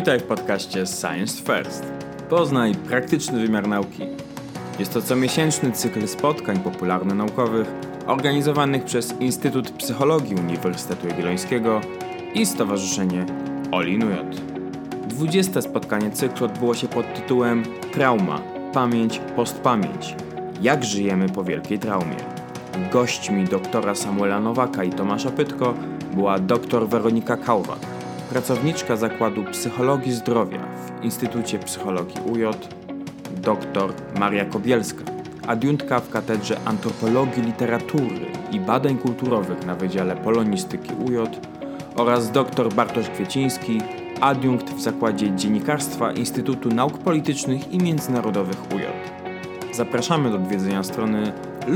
Witaj w podcaście Science First. Poznaj praktyczny wymiar nauki. Jest to comiesięczny cykl spotkań popularno-naukowych organizowanych przez Instytut Psychologii Uniwersytetu Jagiellońskiego i Stowarzyszenie All-in-UJ. 20. spotkanie cyklu odbyło się pod tytułem Trauma, pamięć, postpamięć. Jak żyjemy po wielkiej traumie? Gośćmi doktora Samuela Nowaka i Tomasza Pytko była dr Weronika Kałwak, pracowniczka Zakładu Psychologii Zdrowia w Instytucie Psychologii UJ, dr Maria Kobielska, adiunktka w Katedrze Antropologii Literatury i Badań Kulturowych na Wydziale Polonistyki UJ oraz dr Bartosz Kwieciński, adiunkt w Zakładzie Dziennikarstwa Instytutu Nauk Politycznych i Międzynarodowych UJ. Zapraszamy do odwiedzenia strony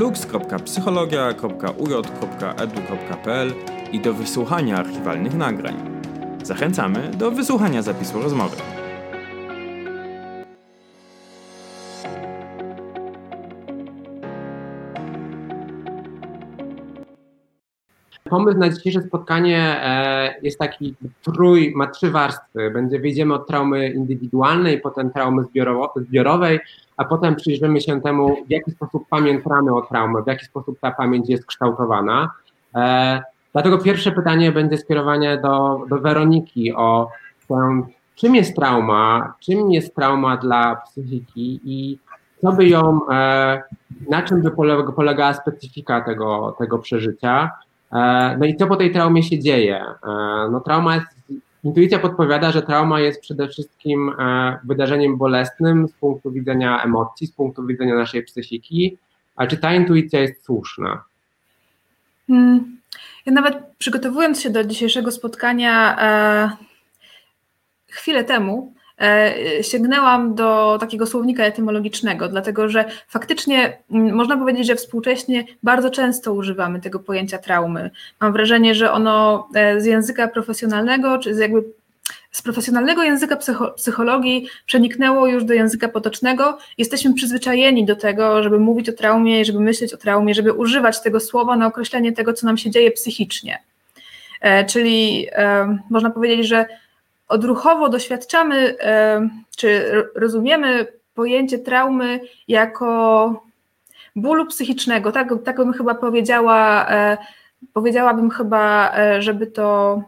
lux.psychologia.uj.edu.pl i do wysłuchania archiwalnych nagrań. Zachęcamy do wysłuchania zapisu rozmowy. Pomysł na dzisiejsze spotkanie jest taki ma trzy warstwy. Wyjdziemy od traumy indywidualnej, potem traumy zbiorowej, a potem przyjrzymy się temu, w jaki sposób pamiętamy o traumę, w jaki sposób ta pamięć jest kształtowana. Dlatego pierwsze pytanie będzie skierowane do Weroniki o tym, czym jest trauma dla psychiki i co by na czym by polegała specyfika tego przeżycia. No i co po tej traumie się dzieje? Intuicja podpowiada, że trauma jest przede wszystkim wydarzeniem bolesnym z punktu widzenia emocji, z punktu widzenia naszej psychiki. A czy ta intuicja jest słuszna? Ja nawet przygotowując się do dzisiejszego spotkania chwilę temu, sięgnęłam do takiego słownika etymologicznego, dlatego że faktycznie można powiedzieć, że współcześnie bardzo często używamy tego pojęcia traumy. Mam wrażenie, że ono z języka profesjonalnego, czy z profesjonalnego języka psychologii przeniknęło już do języka potocznego. Jesteśmy przyzwyczajeni do tego, żeby mówić o traumie, żeby myśleć o traumie, żeby używać tego słowa na określenie tego, co nam się dzieje psychicznie. Czyli można powiedzieć, że odruchowo doświadczamy, czy rozumiemy pojęcie traumy jako bólu psychicznego. Tak bym chyba powiedziałabym chyba, żeby to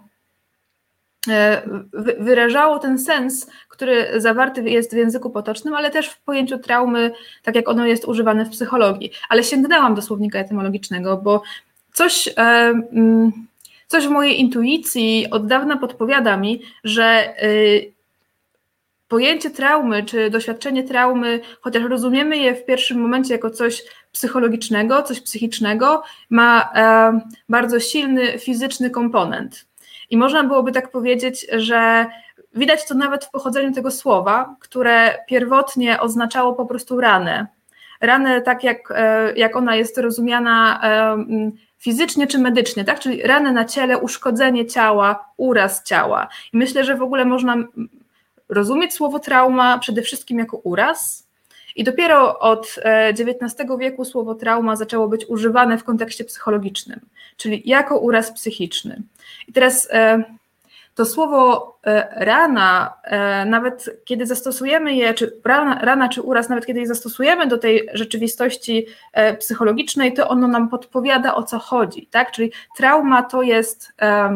wyrażało ten sens, który zawarty jest w języku potocznym, ale też w pojęciu traumy, tak jak ono jest używane w psychologii. Ale sięgnęłam do słownika etymologicznego, bo coś w mojej intuicji od dawna podpowiada mi, że pojęcie traumy czy doświadczenie traumy, chociaż rozumiemy je w pierwszym momencie jako coś psychologicznego, coś psychicznego, ma bardzo silny fizyczny komponent. I można byłoby tak powiedzieć, że widać to nawet w pochodzeniu tego słowa, które pierwotnie oznaczało po prostu ranę. Ranę tak jak ona jest rozumiana fizycznie czy medycznie, tak? Czyli ranę na ciele, uszkodzenie ciała, uraz ciała. I myślę, że w ogóle można rozumieć słowo trauma przede wszystkim jako uraz i dopiero od XIX wieku słowo trauma zaczęło być używane w kontekście psychologicznym, czyli jako uraz psychiczny. I teraz to słowo rana, nawet kiedy zastosujemy je, czy rana czy uraz, nawet kiedy je zastosujemy do tej rzeczywistości psychologicznej, to ono nam podpowiada, o co chodzi, tak? Czyli trauma to jest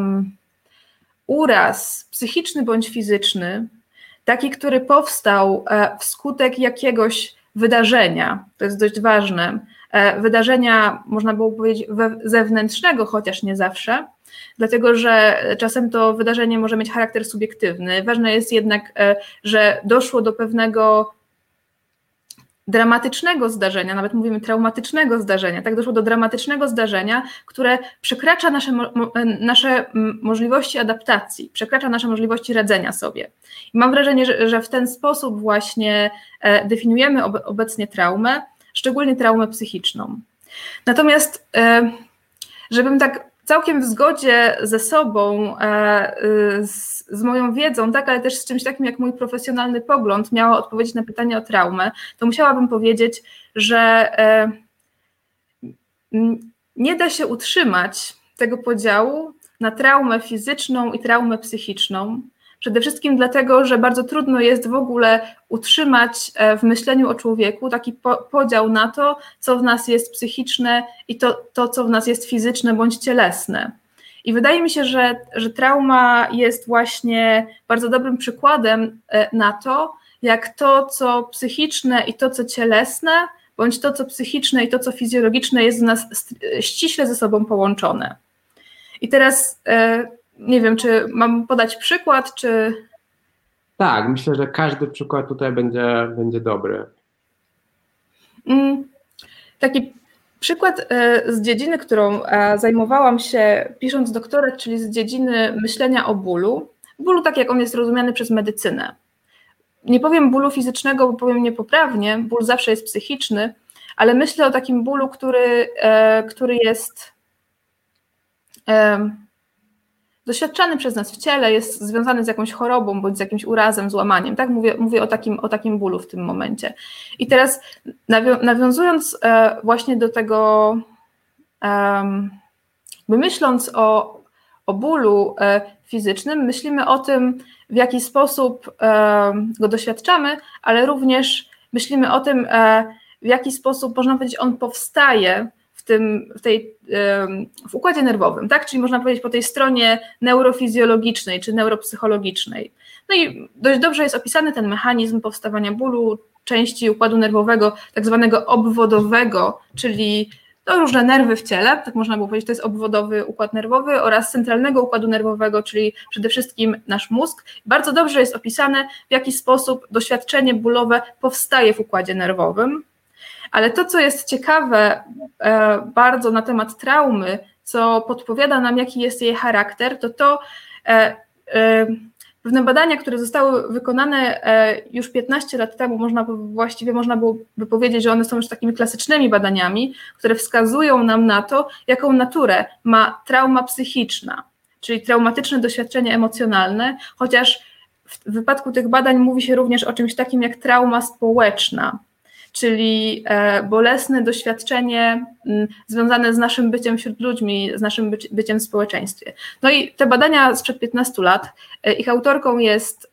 uraz psychiczny bądź fizyczny, taki, który powstał wskutek jakiegoś wydarzenia, to jest dość ważne, wydarzenia, można było powiedzieć, zewnętrznego, chociaż nie zawsze, dlatego że czasem to wydarzenie może mieć charakter subiektywny. Ważne jest jednak, że doszło do pewnego dramatycznego zdarzenia, nawet mówimy traumatycznego zdarzenia, tak, doszło do dramatycznego zdarzenia, które przekracza nasze możliwości adaptacji, przekracza nasze możliwości radzenia sobie. I mam wrażenie, że w ten sposób właśnie definiujemy obecnie traumę, szczególnie traumę psychiczną. Natomiast, żebym tak całkiem w zgodzie ze sobą, z moją wiedzą, tak, ale też z czymś takim jak mój profesjonalny pogląd miała odpowiedzieć na pytanie o traumę, to musiałabym powiedzieć, że nie da się utrzymać tego podziału na traumę fizyczną i traumę psychiczną, Przede wszystkim dlatego, że bardzo trudno jest w ogóle utrzymać w myśleniu o człowieku taki podział na to, co w nas jest psychiczne i to, co w nas jest fizyczne bądź cielesne. I wydaje mi się, że trauma jest właśnie bardzo dobrym przykładem na to, jak to, co psychiczne i to, co cielesne, bądź to, co psychiczne i to, co fizjologiczne jest w nas ściśle ze sobą połączone. I teraz nie wiem, czy mam podać przykład, czy... Tak, myślę, że każdy przykład tutaj będzie dobry. Taki przykład z dziedziny, którą zajmowałam się pisząc doktorat, czyli z dziedziny myślenia o bólu. Bólu tak, jak on jest rozumiany przez medycynę. Nie powiem bólu fizycznego, bo powiem niepoprawnie, ból zawsze jest psychiczny, ale myślę o takim bólu, który jest doświadczany przez nas w ciele, jest związany z jakąś chorobą bądź z jakimś urazem, złamaniem. Tak? Mówię o takim bólu w tym momencie. I teraz nawiązując właśnie do tego, myśląc o bólu fizycznym, myślimy o tym, w jaki sposób go doświadczamy, ale również myślimy o tym, w jaki sposób, można powiedzieć, on powstaje w układzie nerwowym, tak? Czyli można powiedzieć po tej stronie neurofizjologicznej czy neuropsychologicznej. No i dość dobrze jest opisany ten mechanizm powstawania bólu części układu nerwowego, tak zwanego obwodowego, czyli różne nerwy w ciele, tak można było powiedzieć, to jest obwodowy układ nerwowy, oraz centralnego układu nerwowego, czyli przede wszystkim nasz mózg. Bardzo dobrze jest opisane, w jaki sposób doświadczenie bólowe powstaje w układzie nerwowym. Ale to, co jest ciekawe bardzo na temat traumy, co podpowiada nam, jaki jest jej charakter, to pewne badania, które zostały wykonane już 15 lat temu, można byłoby powiedzieć, że one są już takimi klasycznymi badaniami, które wskazują nam na to, jaką naturę ma trauma psychiczna, czyli traumatyczne doświadczenie emocjonalne, chociaż w wypadku tych badań mówi się również o czymś takim jak trauma społeczna, czyli bolesne doświadczenie związane z naszym byciem wśród ludźmi, z naszym byciem w społeczeństwie. No i te badania sprzed 15 lat, ich autorką jest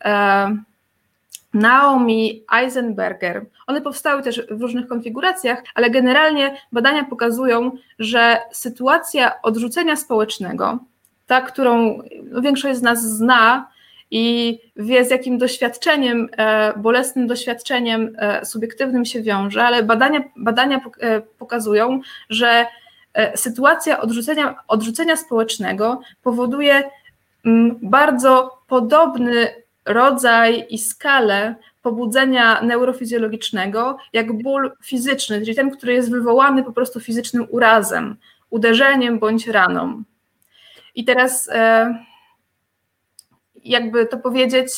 Naomi Eisenberger. One powstały też w różnych konfiguracjach, ale generalnie badania pokazują, że sytuacja odrzucenia społecznego, ta, którą większość z nas zna, i wie, z jakim doświadczeniem, bolesnym doświadczeniem subiektywnym się wiąże, ale badania pokazują, że sytuacja odrzucenia społecznego powoduje bardzo podobny rodzaj i skalę pobudzenia neurofizjologicznego jak ból fizyczny, czyli ten, który jest wywołany po prostu fizycznym urazem, uderzeniem bądź raną. I teraz jakby to powiedzieć,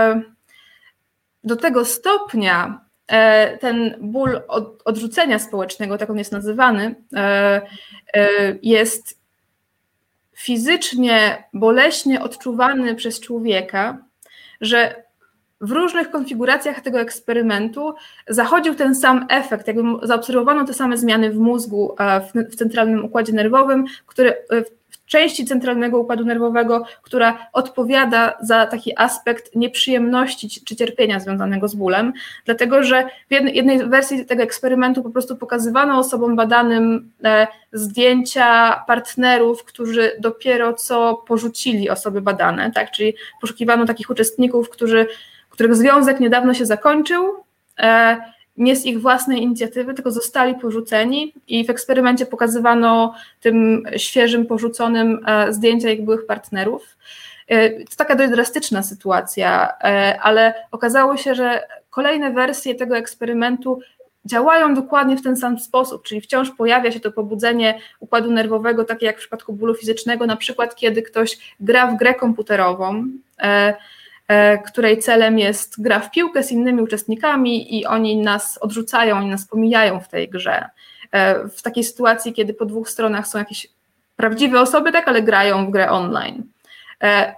do tego stopnia ten ból odrzucenia społecznego, tak on jest nazywany, jest fizycznie, boleśnie odczuwany przez człowieka, że w różnych konfiguracjach tego eksperymentu zachodził ten sam efekt, jakby zaobserwowano te same zmiany w mózgu, w centralnym układzie nerwowym, w części centralnego układu nerwowego, która odpowiada za taki aspekt nieprzyjemności czy cierpienia związanego z bólem, dlatego że w jednej wersji tego eksperymentu po prostu pokazywano osobom badanym zdjęcia partnerów, którzy dopiero co porzucili osoby badane, tak? Czyli poszukiwano takich uczestników, których związek niedawno się zakończył, nie z ich własnej inicjatywy, tylko zostali porzuceni i w eksperymencie pokazywano tym świeżym, porzuconym zdjęcia ich byłych partnerów. To taka dość drastyczna sytuacja, ale okazało się, że kolejne wersje tego eksperymentu działają dokładnie w ten sam sposób, czyli wciąż pojawia się to pobudzenie układu nerwowego, takie jak w przypadku bólu fizycznego, na przykład kiedy ktoś gra w grę komputerową, której celem jest gra w piłkę z innymi uczestnikami i oni nas odrzucają, oni nas pomijają w tej grze. W takiej sytuacji, kiedy po dwóch stronach są jakieś prawdziwe osoby, tak, ale grają w grę online.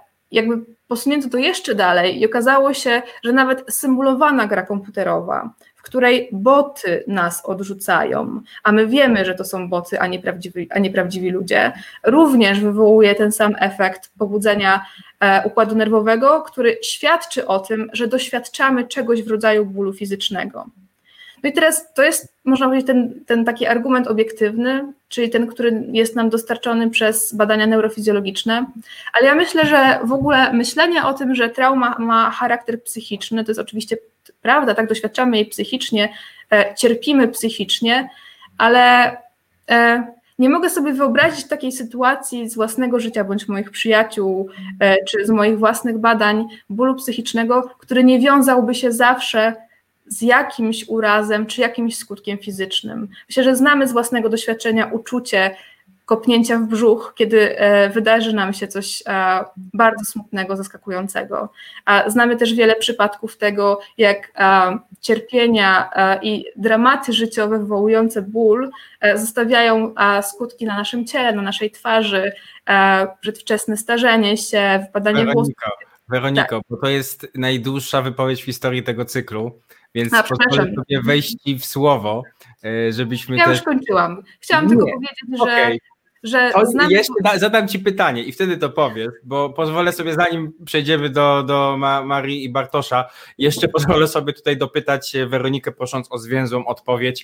Jakby posunięto to jeszcze dalej i okazało się, że nawet symulowana gra komputerowa, w której boty nas odrzucają, a my wiemy, że to są boty, a nie prawdziwi ludzie, również wywołuje ten sam efekt pobudzenia układu nerwowego, który świadczy o tym, że doświadczamy czegoś w rodzaju bólu fizycznego. No i teraz to jest, można powiedzieć, ten taki argument obiektywny, czyli ten, który jest nam dostarczony przez badania neurofizjologiczne, ale ja myślę, że w ogóle myślenie o tym, że trauma ma charakter psychiczny, to jest oczywiście prawda, tak, doświadczamy jej psychicznie, cierpimy psychicznie, ale nie mogę sobie wyobrazić takiej sytuacji z własnego życia bądź moich przyjaciół, czy z moich własnych badań bólu psychicznego, który nie wiązałby się zawsze z jakimś urazem czy jakimś skutkiem fizycznym. Myślę, że znamy z własnego doświadczenia uczucie kopnięcia w brzuch, kiedy wydarzy nam się coś bardzo smutnego, zaskakującego. Znamy też wiele przypadków tego, jak cierpienia i dramaty życiowe wywołujące ból zostawiają skutki na naszym ciele, na naszej twarzy, przedwczesne starzenie się, wypadanie włosów. Weroniko, tak. Bo to jest najdłuższa wypowiedź w historii tego cyklu, więc pozwolę sobie wejść Ci w słowo, żebyśmy Ja już kończyłam. Chciałam tylko powiedzieć, że jeszcze zadam Ci pytanie i wtedy to powiesz, bo pozwolę sobie, zanim przejdziemy do Marii i Bartosza, jeszcze pozwolę sobie tutaj dopytać Weronikę, prosząc o zwięzłą odpowiedź.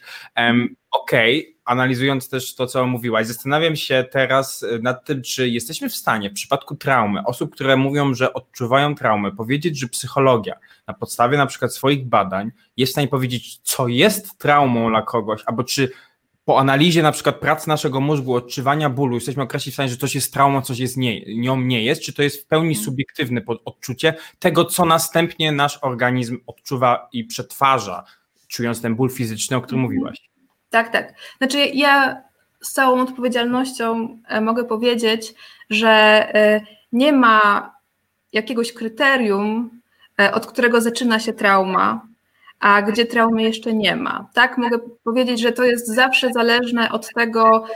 Analizując też to, co mówiłaś, zastanawiam się teraz nad tym, czy jesteśmy w stanie w przypadku traumy, osób, które mówią, że odczuwają traumę, powiedzieć, że psychologia na podstawie na przykład swoich badań jest w stanie powiedzieć, co jest traumą dla kogoś, albo czy po analizie na przykład pracy naszego mózgu, odczuwania bólu, jesteśmy określić w stanie, że coś jest traumą, coś jest nią nie jest, czy to jest w pełni subiektywne odczucie tego, co następnie nasz organizm odczuwa i przetwarza, czując ten ból fizyczny, o którym mówiłaś. Tak. Znaczy ja z całą odpowiedzialnością mogę powiedzieć, że nie ma jakiegoś kryterium, od którego zaczyna się trauma, a gdzie traumy jeszcze nie ma. Tak, mogę powiedzieć, że to jest zawsze zależne od tego,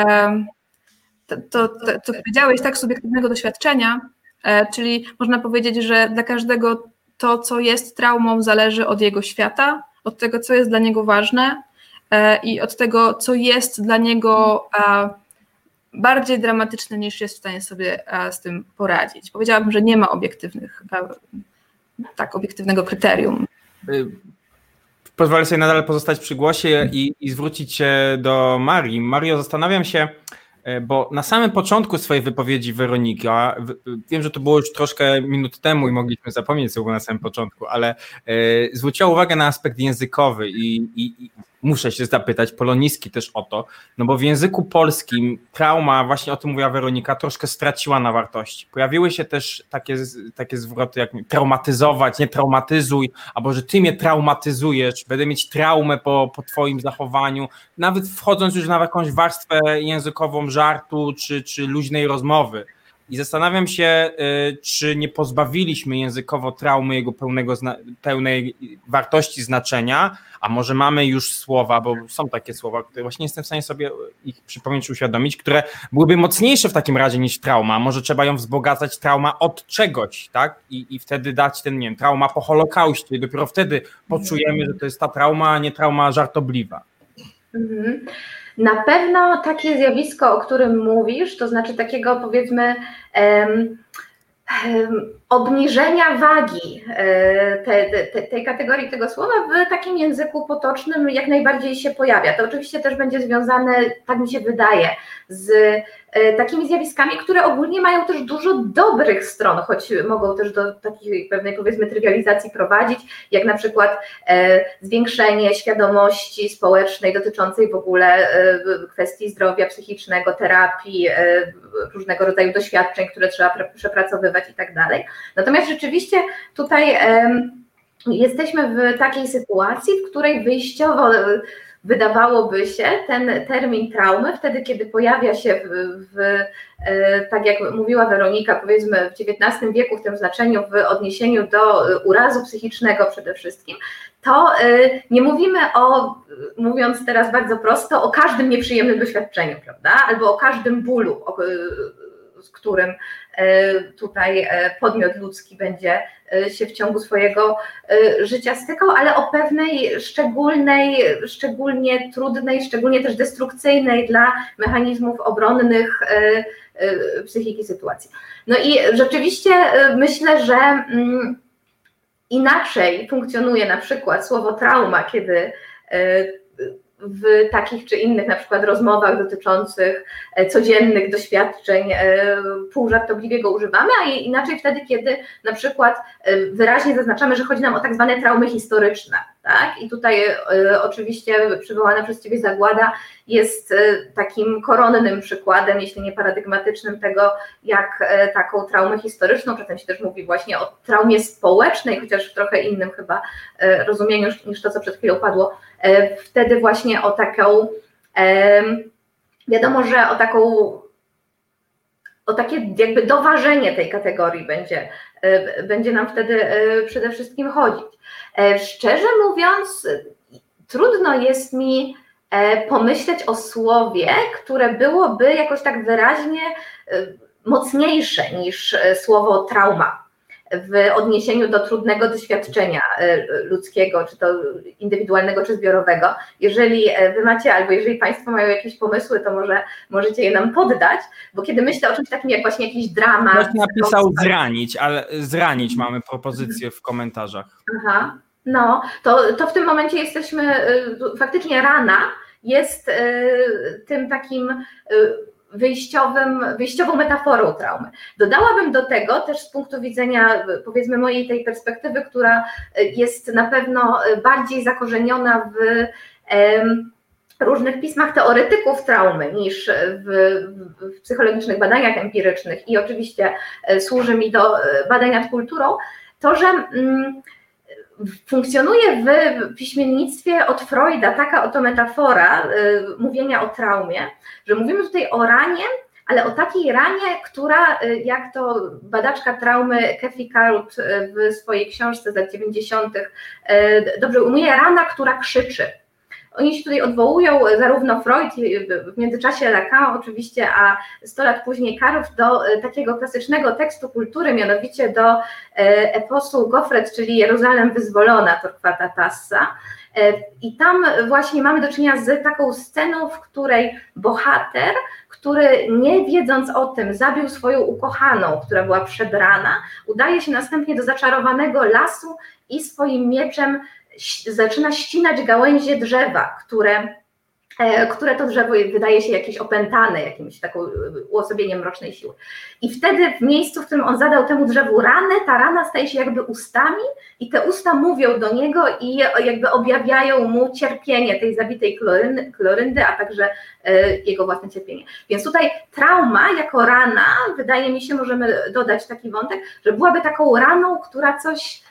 co powiedziałeś, tak, subiektywnego doświadczenia, czyli można powiedzieć, że dla każdego to, co jest traumą, zależy od jego świata, od tego, co jest dla niego ważne i od tego, co jest dla niego bardziej dramatyczne, niż jest w stanie sobie z tym poradzić. Powiedziałabym, że nie ma obiektywnego kryterium. Pozwolę sobie nadal pozostać przy głosie i zwrócić się do Marii. Mario, zastanawiam się, bo na samym początku swojej wypowiedzi Weronika, wiem, że to było już troszkę minut temu i mogliśmy zapomnieć, co było na samym początku, ale zwróciła uwagę na aspekt językowy i muszę się zapytać, polonistki też o to, no bo w języku polskim trauma, właśnie o tym mówiła Weronika, troszkę straciła na wartości. Pojawiły się też takie zwroty jak traumatyzować, nie traumatyzuj, albo że ty mnie traumatyzujesz, będę mieć traumę po twoim zachowaniu, nawet wchodząc już na jakąś warstwę językową żartu czy luźnej rozmowy. I zastanawiam się, czy nie pozbawiliśmy językowo traumy jego pełnej wartości znaczenia, a może mamy już słowa, bo są takie słowa, które właśnie nie jestem w stanie sobie ich przypomnieć czy uświadomić, które byłyby mocniejsze w takim razie niż trauma. Może trzeba ją wzbogacać, trauma od czegoś, tak? I wtedy dać ten, nie wiem, trauma po Holokauście i dopiero wtedy poczujemy, że to jest ta trauma, a nie trauma żartobliwa. Mhm. Na pewno takie zjawisko, o którym mówisz, to znaczy takiego, powiedzmy, obniżenia wagi tej kategorii tego słowa w takim języku potocznym jak najbardziej się pojawia. To oczywiście też będzie związane, tak mi się wydaje, z takimi zjawiskami, które ogólnie mają też dużo dobrych stron, choć mogą też do takiej pewnej, powiedzmy, trywializacji prowadzić, jak na przykład zwiększenie świadomości społecznej dotyczącej w ogóle kwestii zdrowia psychicznego, terapii, różnego rodzaju doświadczeń, które trzeba przepracowywać i tak dalej. Natomiast rzeczywiście tutaj jesteśmy w takiej sytuacji, w której wyjściowo wydawałoby się ten termin traumy, wtedy kiedy pojawia się tak jak mówiła Weronika, powiedzmy w XIX wieku w tym znaczeniu, w odniesieniu do urazu psychicznego przede wszystkim, to nie mówimy mówiąc teraz bardzo prosto, o każdym nieprzyjemnym doświadczeniu, prawda? Albo o każdym bólu, z którym tutaj podmiot ludzki będzie się w ciągu swojego życia stykał, ale o pewnej szczególnie trudnej, szczególnie też destrukcyjnej dla mechanizmów obronnych psychiki sytuacji. No i rzeczywiście myślę, że inaczej funkcjonuje na przykład słowo trauma, kiedy w takich czy innych na przykład rozmowach dotyczących codziennych doświadczeń półżartobliwie go używamy, a inaczej wtedy, kiedy na przykład wyraźnie zaznaczamy, że chodzi nam o tak zwane traumy historyczne. Tak? I tutaj oczywiście przywołana przez Ciebie zagłada jest takim koronnym przykładem, jeśli nie paradygmatycznym tego, jak taką traumę historyczną, czasem się też mówi właśnie o traumie społecznej, chociaż w trochę innym chyba rozumieniu niż to, co przed chwilą padło, wtedy właśnie o taką, wiadomo, że o takie jakby doważenie tej kategorii będzie nam wtedy przede wszystkim chodzić. Szczerze mówiąc, trudno jest mi pomyśleć o słowie, które byłoby jakoś tak wyraźnie mocniejsze niż słowo trauma w odniesieniu do trudnego doświadczenia ludzkiego, czy to indywidualnego, czy zbiorowego. Jeżeli wy macie, albo jeżeli Państwo mają jakieś pomysły, to możecie je nam poddać, bo kiedy myślę o czymś takim jak właśnie jakiś dramat... Ktoś napisał zranić, ale zranić mamy propozycję w komentarzach. Aha, no, to w tym momencie jesteśmy, faktycznie rana jest tym takim... wyjściową metaforą traumy. Dodałabym do tego też z punktu widzenia, powiedzmy, mojej tej perspektywy, która jest na pewno bardziej zakorzeniona w różnych pismach teoretyków traumy niż w psychologicznych badaniach empirycznych i oczywiście służy mi do badań nad kulturą, to, że funkcjonuje w piśmiennictwie od Freuda taka oto metafora mówienia o traumie, że mówimy tutaj o ranie, ale o takiej ranie, która, jak to badaczka traumy Kathy Carrot w swojej książce z lat 90. dobrze ujmuje, rana, która krzyczy. Oni się tutaj odwołują, zarówno Freud, w międzyczasie Lacan oczywiście, a 100 lat później Carrot, do takiego klasycznego tekstu kultury, mianowicie do eposu Gofret, czyli Jeruzalem wyzwolona Torquata Tassa. I tam właśnie mamy do czynienia z taką sceną, w której bohater, który nie wiedząc o tym zabił swoją ukochaną, która była przebrana, udaje się następnie do zaczarowanego lasu i swoim mieczem zaczyna ścinać gałęzie drzewa, które to drzewo wydaje się jakieś opętane, jakimś taką uosobieniem mrocznej siły. I wtedy w miejscu, w którym on zadał temu drzewu ranę, ta rana staje się jakby ustami i te usta mówią do niego i jakby objawiają mu cierpienie tej zabitej Kloryndy, a także jego własne cierpienie. Więc tutaj trauma jako rana, wydaje mi się, możemy dodać taki wątek, że byłaby taką raną, która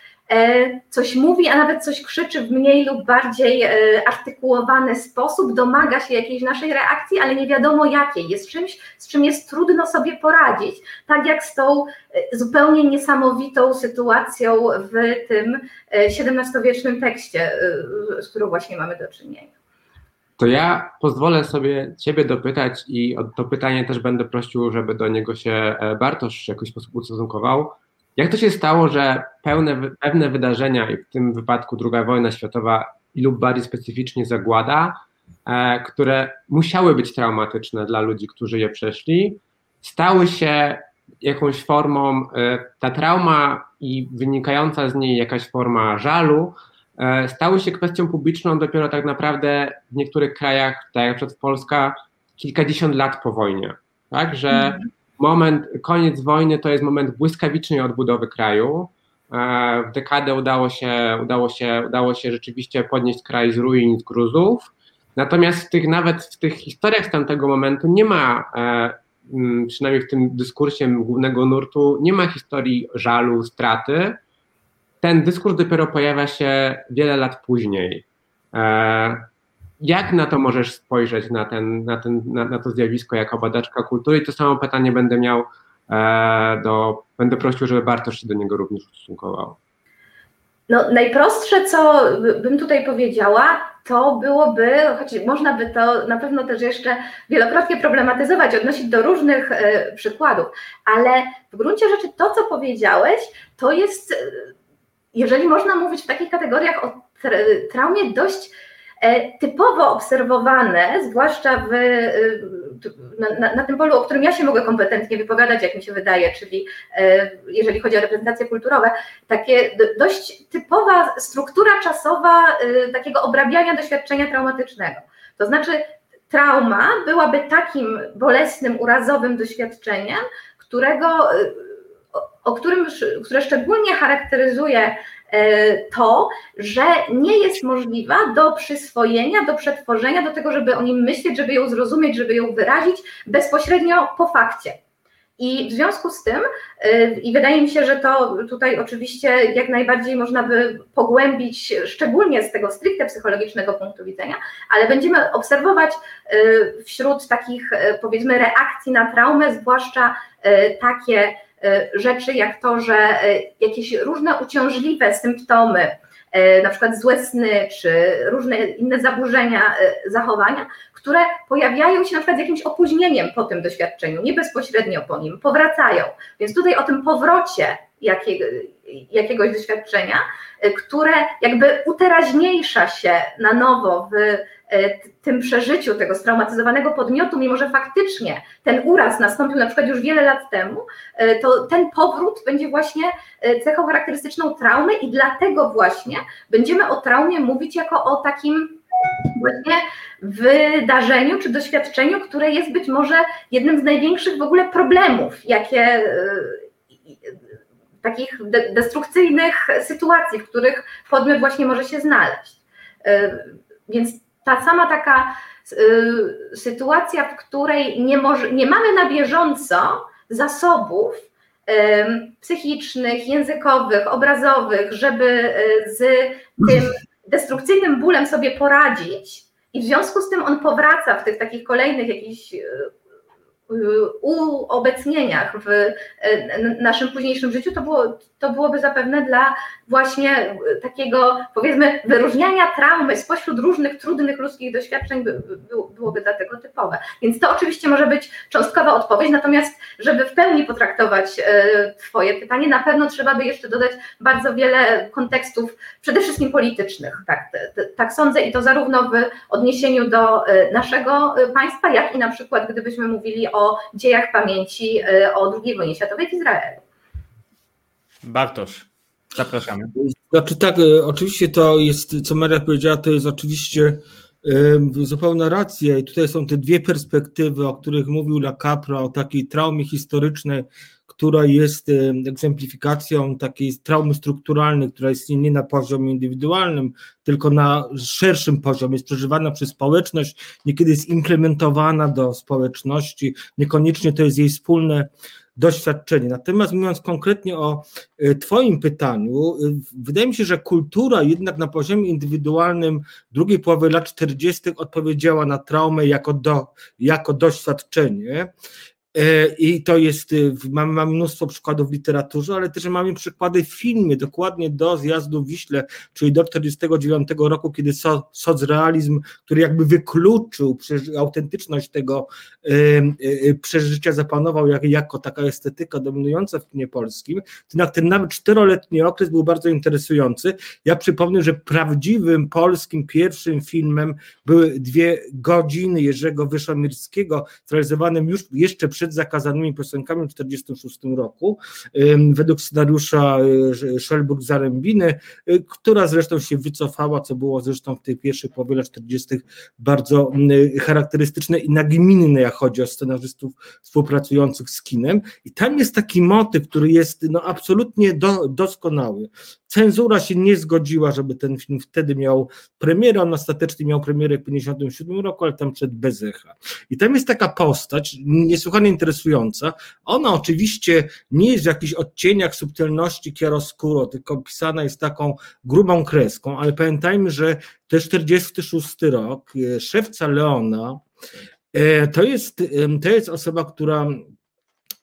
coś mówi, a nawet coś krzyczy w mniej lub bardziej artykułowany sposób, domaga się jakiejś naszej reakcji, ale nie wiadomo jakiej, jest czymś, z czym jest trudno sobie poradzić, tak jak z tą zupełnie niesamowitą sytuacją w tym XVII-wiecznym tekście, z którą właśnie mamy do czynienia. To ja pozwolę sobie Ciebie dopytać i o to pytanie też będę prosił, żeby do niego się Bartosz w jakiś sposób ustosunkował. Jak to się stało, że pewne wydarzenia, i w tym wypadku II wojna światowa i lub bardziej specyficznie zagłada, które musiały być traumatyczne dla ludzi, którzy je przeszli, stały się jakąś formą, ta trauma i wynikająca z niej jakaś forma żalu, stały się kwestią publiczną dopiero tak naprawdę w niektórych krajach, tak jak na przykład Polska, kilkadziesiąt lat po wojnie. Tak, że koniec wojny to jest moment błyskawicznej odbudowy kraju. W dekadę udało się rzeczywiście podnieść kraj z ruin, z gruzów. Natomiast nawet w tych historiach z tamtego momentu nie ma, przynajmniej w tym dyskursie głównego nurtu, nie ma historii żalu, straty. Ten dyskurs dopiero pojawia się wiele lat później. Jak na to możesz spojrzeć, na to zjawisko jako badaczka kultury? I to samo pytanie będę prosił, żeby Bartosz się do niego również ustosunkował. No, najprostsze, co bym tutaj powiedziała, to byłoby, choć można by to na pewno też jeszcze wielokrotnie problematyzować, odnosić do różnych przykładów, ale w gruncie rzeczy to, co powiedziałeś, to jest, jeżeli można mówić w takich kategoriach o traumie, dość typowo obserwowane, zwłaszcza na tym polu, o którym ja się mogę kompetentnie wypowiadać, jak mi się wydaje, czyli jeżeli chodzi o reprezentacje kulturowe, takie dość typowa struktura czasowa takiego obrabiania doświadczenia traumatycznego. To znaczy trauma byłaby takim bolesnym, urazowym doświadczeniem, które szczególnie charakteryzuje to, że nie jest możliwa do przyswojenia, do przetworzenia, do tego, żeby o nim myśleć, żeby ją zrozumieć, żeby ją wyrazić bezpośrednio po fakcie. I w związku z tym, i wydaje mi się, że to tutaj oczywiście jak najbardziej można by pogłębić, szczególnie z tego stricte psychologicznego punktu widzenia, ale będziemy obserwować wśród takich, powiedzmy, reakcji na traumę, zwłaszcza takie rzeczy jak to, że jakieś różne uciążliwe symptomy, na przykład złe sny czy różne inne zaburzenia zachowania, które pojawiają się na przykład z jakimś opóźnieniem po tym doświadczeniu, nie bezpośrednio po nim, powracają. Więc tutaj o tym powrocie jakiegoś doświadczenia, które jakby uteraźniejsza się na nowo w tym przeżyciu tego straumatyzowanego podmiotu, mimo że faktycznie ten uraz nastąpił na przykład już wiele lat temu, to ten powrót będzie właśnie cechą charakterystyczną traumy i dlatego właśnie będziemy o traumie mówić jako o takim właśnie wydarzeniu czy doświadczeniu, które jest być może jednym z największych w ogóle problemów, jakie takich destrukcyjnych sytuacji, w których podmiot właśnie może się znaleźć. Więc ta sama taka sytuacja, w której nie mamy na bieżąco zasobów psychicznych, językowych, obrazowych, żeby z tym destrukcyjnym bólem sobie poradzić i w związku z tym on powraca w tych takich kolejnych jakichś uobecnieniach w naszym późniejszym życiu, to byłoby zapewne dla właśnie takiego, powiedzmy, wyróżniania traumy spośród różnych trudnych ludzkich doświadczeń byłoby dla tego typowe. Więc to oczywiście może być cząstkowa odpowiedź, natomiast żeby w pełni potraktować Twoje pytanie, na pewno trzeba by jeszcze dodać bardzo wiele kontekstów, przede wszystkim politycznych, tak sądzę, i to zarówno w odniesieniu do naszego państwa, jak i na przykład gdybyśmy mówili o dziejach pamięci o II wojnie światowej w Izraelu. Bartosz, zapraszamy. Znaczy tak, oczywiście to jest, co Maria powiedziała, to jest oczywiście zupełna racja i tutaj są te dwie perspektywy, o których mówił La Capra, o takiej traumie historycznej, która jest egzemplifikacją takiej traumy strukturalnej, która istnieje nie na poziomie indywidualnym, tylko na szerszym poziomie, jest przeżywana przez społeczność, niekiedy jest implementowana do społeczności, niekoniecznie to jest jej wspólne doświadczenie. Natomiast mówiąc konkretnie o Twoim pytaniu, wydaje mi się, że kultura jednak na poziomie indywidualnym drugiej połowy lat 40. odpowiedziała na traumę jako doświadczenie. I to jest, mamy mnóstwo przykładów w literaturze, ale też mamy przykłady w filmie, dokładnie do Zjazdu w Wiśle, czyli do 1949 roku, kiedy socrealizm, który jakby wykluczył autentyczność tego przeżycia, zapanował jako taka estetyka dominująca w kinie polskim, ten nawet 4-letni okres był bardzo interesujący. Ja przypomnę, że prawdziwym polskim pierwszym filmem były 2 godziny Jerzego Wyszomirskiego, zrealizowanym już jeszcze przed zakazanymi piosenkami w 1946 roku, według scenariusza Szelburg-Zarębiny, która zresztą się wycofała, co było zresztą w tej pierwszej połowie lat 40. bardzo charakterystyczne i nagminne, jak chodzi o scenarzystów współpracujących z kinem. I tam jest taki motyw, który jest absolutnie doskonały. Cenzura się nie zgodziła, żeby ten film wtedy miał premierę, on ostatecznie miał premierę w 1957 roku, ale tam przed bez echa. I tam jest taka postać niesłychanie interesująca. Ona oczywiście nie jest w jakichś odcieniach subtelności chiaroscuro, tylko pisana jest taką grubą kreską, ale pamiętajmy, że to jest 46 rok, szewca Leona to jest osoba, która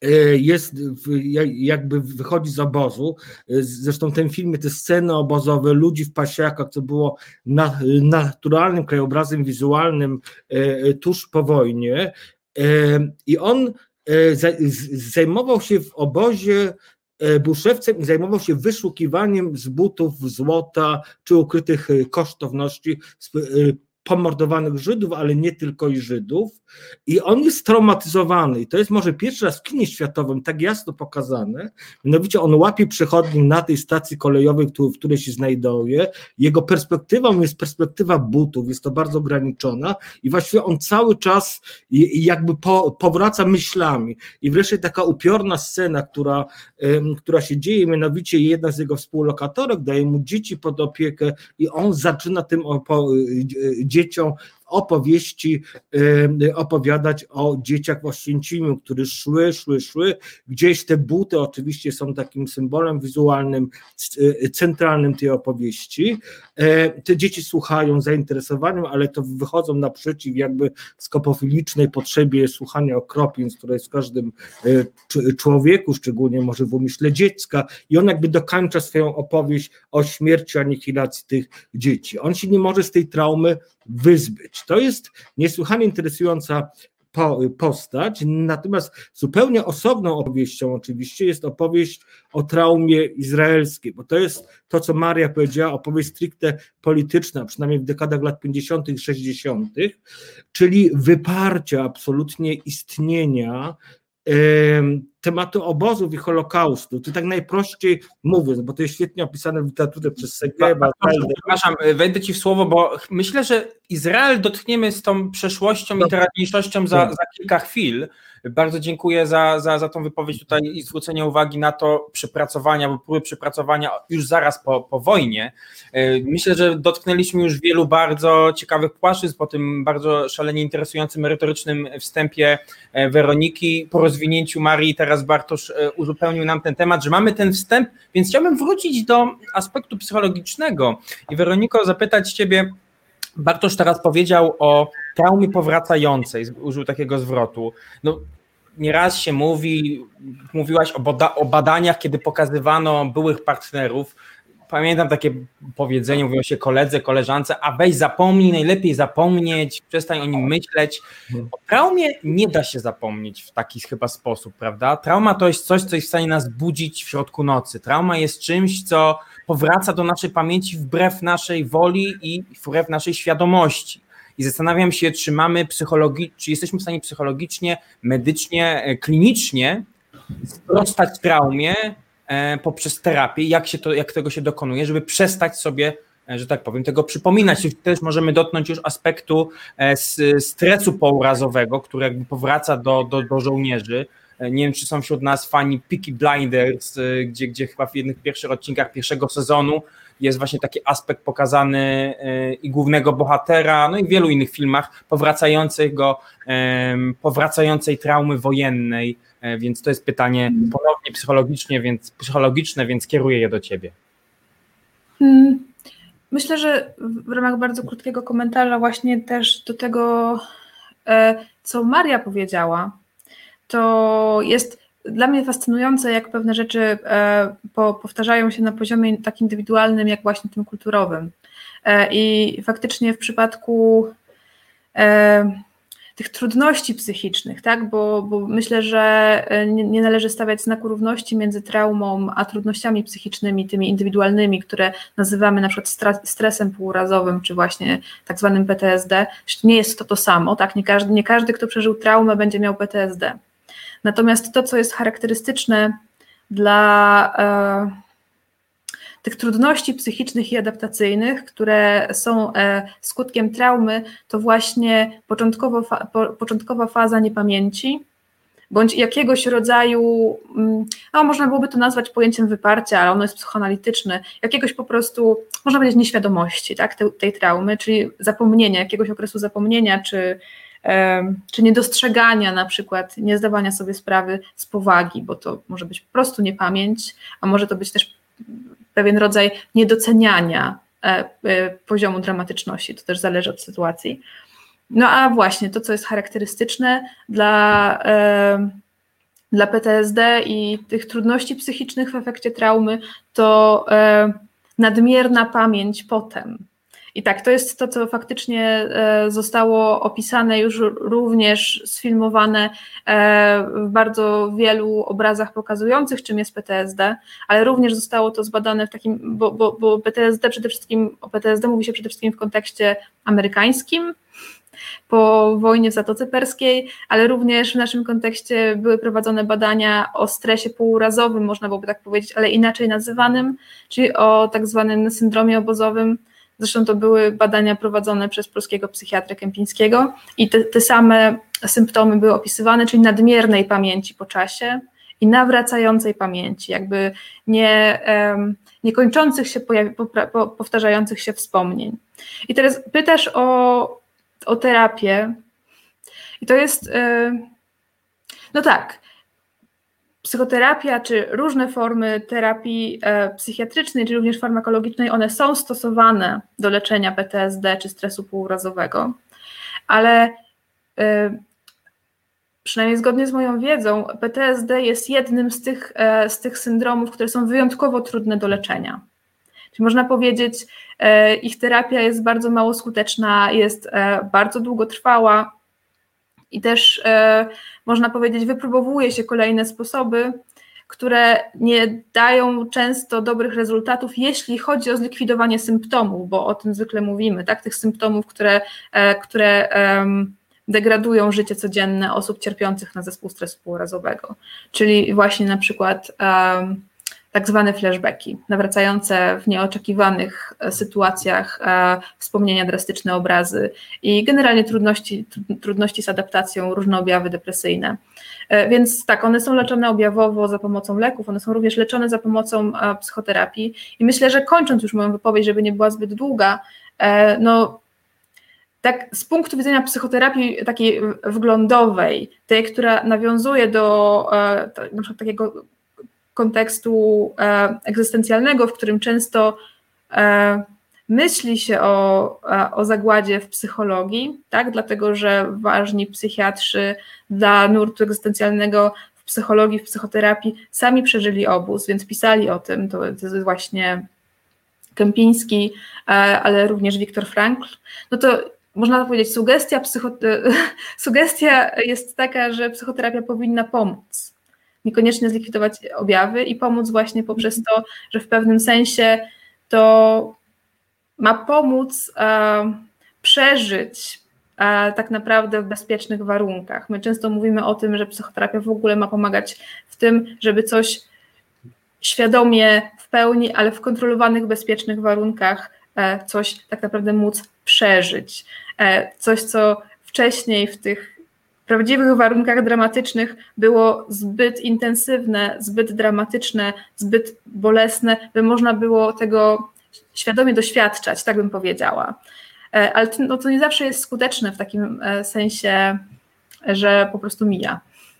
jakby wychodzi z obozu. Zresztą ten film, te sceny obozowe, ludzi w pasiakach, co było naturalnym krajobrazem wizualnym tuż po wojnie. I on zajmował się w obozie, był szewcem i zajmował się wyszukiwaniem z butów złota czy ukrytych kosztowności pomordowanych Żydów, ale nie tylko i Żydów. I on jest traumatyzowany i to jest może pierwszy raz w kinie światowym tak jasno pokazane, mianowicie on łapie przechodniów na tej stacji kolejowej, w której się znajduje. Jego perspektywą jest perspektywa butów, jest to bardzo ograniczona i właściwie on cały czas jakby powraca myślami. I wreszcie taka upiorna scena, która się dzieje, mianowicie jedna z jego współlokatorek daje mu dzieci pod opiekę i on zaczyna tym dzieciom opowieści opowiadać o dzieciach w Oświęcimiu, które szły, gdzieś te buty oczywiście są takim symbolem wizualnym, centralnym tej opowieści. Te dzieci słuchają z zainteresowaniem, ale to wychodzą naprzeciw jakby skopofilicznej potrzebie słuchania okropieństw, które jest w każdym człowieku, szczególnie może w umyśle dziecka, i on jakby dokańcza swoją opowieść o śmierci, anihilacji tych dzieci. On się nie może z tej traumy wyzbyć. To jest niesłychanie interesująca postać, natomiast zupełnie osobną opowieścią oczywiście jest opowieść o traumie izraelskiej, bo to jest to, co Maria powiedziała, opowieść stricte polityczna, przynajmniej w dekadach lat 50. i 60., czyli wyparcia absolutnie istnienia tematu obozów i Holokaustu. To tak najprościej mówiąc, bo to jest świetnie opisane w literaturze przez Segeba. Przepraszam, wejdę ci w słowo, bo myślę, że Izrael dotkniemy z tą przeszłością i teraźniejszością za kilka chwil. Bardzo dziękuję za tą wypowiedź tutaj i zwrócenie uwagi na to przepracowania, bo próby przepracowania już zaraz po wojnie. Myślę, że dotknęliśmy już wielu bardzo ciekawych płaszczyzn po tym bardzo szalenie interesującym, merytorycznym wstępie Weroniki. Po rozwinięciu Marii teraz Bartosz uzupełnił nam ten temat, że mamy ten wstęp, więc chciałbym wrócić do aspektu psychologicznego i Weroniko zapytać ciebie, Bartosz teraz powiedział o traumie powracającej, użył takiego zwrotu. No, nieraz się mówiłaś o badaniach, kiedy pokazywano byłych partnerów. Pamiętam takie powiedzenie, mówiło się koledze, koleżance, a weź zapomnij, najlepiej zapomnieć, przestań o nim myśleć. O traumie nie da się zapomnieć w taki chyba sposób, prawda? Trauma to jest coś, co jest w stanie nas budzić w środku nocy. Trauma jest czymś, co powraca do naszej pamięci wbrew naszej woli i wbrew naszej świadomości. I zastanawiam się, czy jesteśmy w stanie psychologicznie, medycznie, klinicznie sprostać traumie poprzez terapię, jak tego się dokonuje, żeby przestać sobie, że tak powiem, tego przypominać. Też możemy dotknąć już aspektu stresu pourazowego, który jakby powraca do żołnierzy. Nie wiem, czy są wśród nas fani Peaky Blinders, gdzie chyba w jednych pierwszych odcinkach pierwszego sezonu jest właśnie taki aspekt pokazany i głównego bohatera, no i w wielu innych filmach powracającej traumy wojennej, więc to jest pytanie ponownie psychologiczne, więc kieruję je do ciebie. Myślę, że w ramach bardzo krótkiego komentarza właśnie też do tego, co Maria powiedziała, to jest dla mnie fascynujące, jak pewne rzeczy powtarzają się na poziomie tak indywidualnym, jak właśnie tym kulturowym. I faktycznie w przypadku tych trudności psychicznych, tak? Bo myślę, że nie należy stawiać znaku równości między traumą a trudnościami psychicznymi, tymi indywidualnymi, które nazywamy na przykład stresem półrazowym, czy właśnie tak zwanym PTSD. Nie jest to samo, tak? Nie każdy, kto przeżył traumę, będzie miał PTSD. Natomiast to, co jest charakterystyczne dla tych trudności psychicznych i adaptacyjnych, które są skutkiem traumy, to właśnie początkowa faza niepamięci, bądź jakiegoś rodzaju, można byłoby to nazwać pojęciem wyparcia, ale ono jest psychoanalityczne, jakiegoś po prostu, można powiedzieć, nieświadomości, tak, tej traumy, czyli zapomnienia, jakiegoś okresu zapomnienia, czy niedostrzegania, na przykład nie zdawania sobie sprawy z powagi, bo to może być po prostu niepamięć, a może to być też pewien rodzaj niedoceniania poziomu dramatyczności, to też zależy od sytuacji. No a właśnie to, co jest charakterystyczne dla dla PTSD i tych trudności psychicznych w efekcie traumy, to nadmierna pamięć potem. I tak, to jest to, co faktycznie zostało opisane, już również sfilmowane w bardzo wielu obrazach pokazujących, czym jest PTSD, ale również zostało to zbadane w takim, bo PTSD przede wszystkim, o PTSD mówi się przede wszystkim w kontekście amerykańskim, po wojnie w Zatoce Perskiej, ale również w naszym kontekście były prowadzone badania o stresie półrazowym, można byłoby tak powiedzieć, ale inaczej nazywanym, czyli o tak zwanym syndromie obozowym. Zresztą to były badania prowadzone przez polskiego psychiatrę Kępińskiego i te same symptomy były opisywane, czyli nadmiernej pamięci po czasie i nawracającej pamięci, jakby niekończących się, powtarzających się wspomnień. I teraz pytasz o terapię i to jest, no tak, psychoterapia czy różne formy terapii psychiatrycznej, czy również farmakologicznej, one są stosowane do leczenia PTSD czy stresu półrazowego, ale przynajmniej zgodnie z moją wiedzą, PTSD jest jednym z tych syndromów, które są wyjątkowo trudne do leczenia. Czyli można powiedzieć, ich terapia jest bardzo mało skuteczna, jest bardzo długotrwała i też można powiedzieć, wypróbowuje się kolejne sposoby, które nie dają często dobrych rezultatów, jeśli chodzi o zlikwidowanie symptomów, bo o tym zwykle mówimy, tak? Tych symptomów, które degradują życie codzienne osób cierpiących na zespół stresu półrazowego, czyli właśnie na przykład tak zwane flashbacki, nawracające w nieoczekiwanych sytuacjach wspomnienia, drastyczne obrazy i generalnie trudności z adaptacją, różne objawy depresyjne. Więc tak, one są leczone objawowo za pomocą leków, one są również leczone za pomocą psychoterapii i myślę, że kończąc już moją wypowiedź, żeby nie była zbyt długa, no tak z punktu widzenia psychoterapii takiej wglądowej, tej, która nawiązuje do na przykład takiego kontekstu egzystencjalnego, w którym często myśli się o zagładzie w psychologii, tak? Dlatego że ważni psychiatrzy dla nurtu egzystencjalnego w psychologii, w psychoterapii sami przeżyli obóz, więc pisali o tym, to jest właśnie Kępiński, ale również Viktor Frankl. No to można powiedzieć, sugestia jest taka, że psychoterapia powinna pomóc. Niekoniecznie zlikwidować objawy i pomóc właśnie poprzez to, że w pewnym sensie to ma pomóc przeżyć tak naprawdę w bezpiecznych warunkach. My często mówimy o tym, że psychoterapia w ogóle ma pomagać w tym, żeby coś świadomie, w pełni, ale w kontrolowanych, bezpiecznych warunkach coś tak naprawdę móc przeżyć. Coś, co wcześniej w tych prawdziwych warunkach dramatycznych było zbyt intensywne, zbyt dramatyczne, zbyt bolesne, by można było tego świadomie doświadczać, tak bym powiedziała. Ale to nie zawsze jest skuteczne w takim sensie, że po prostu mija.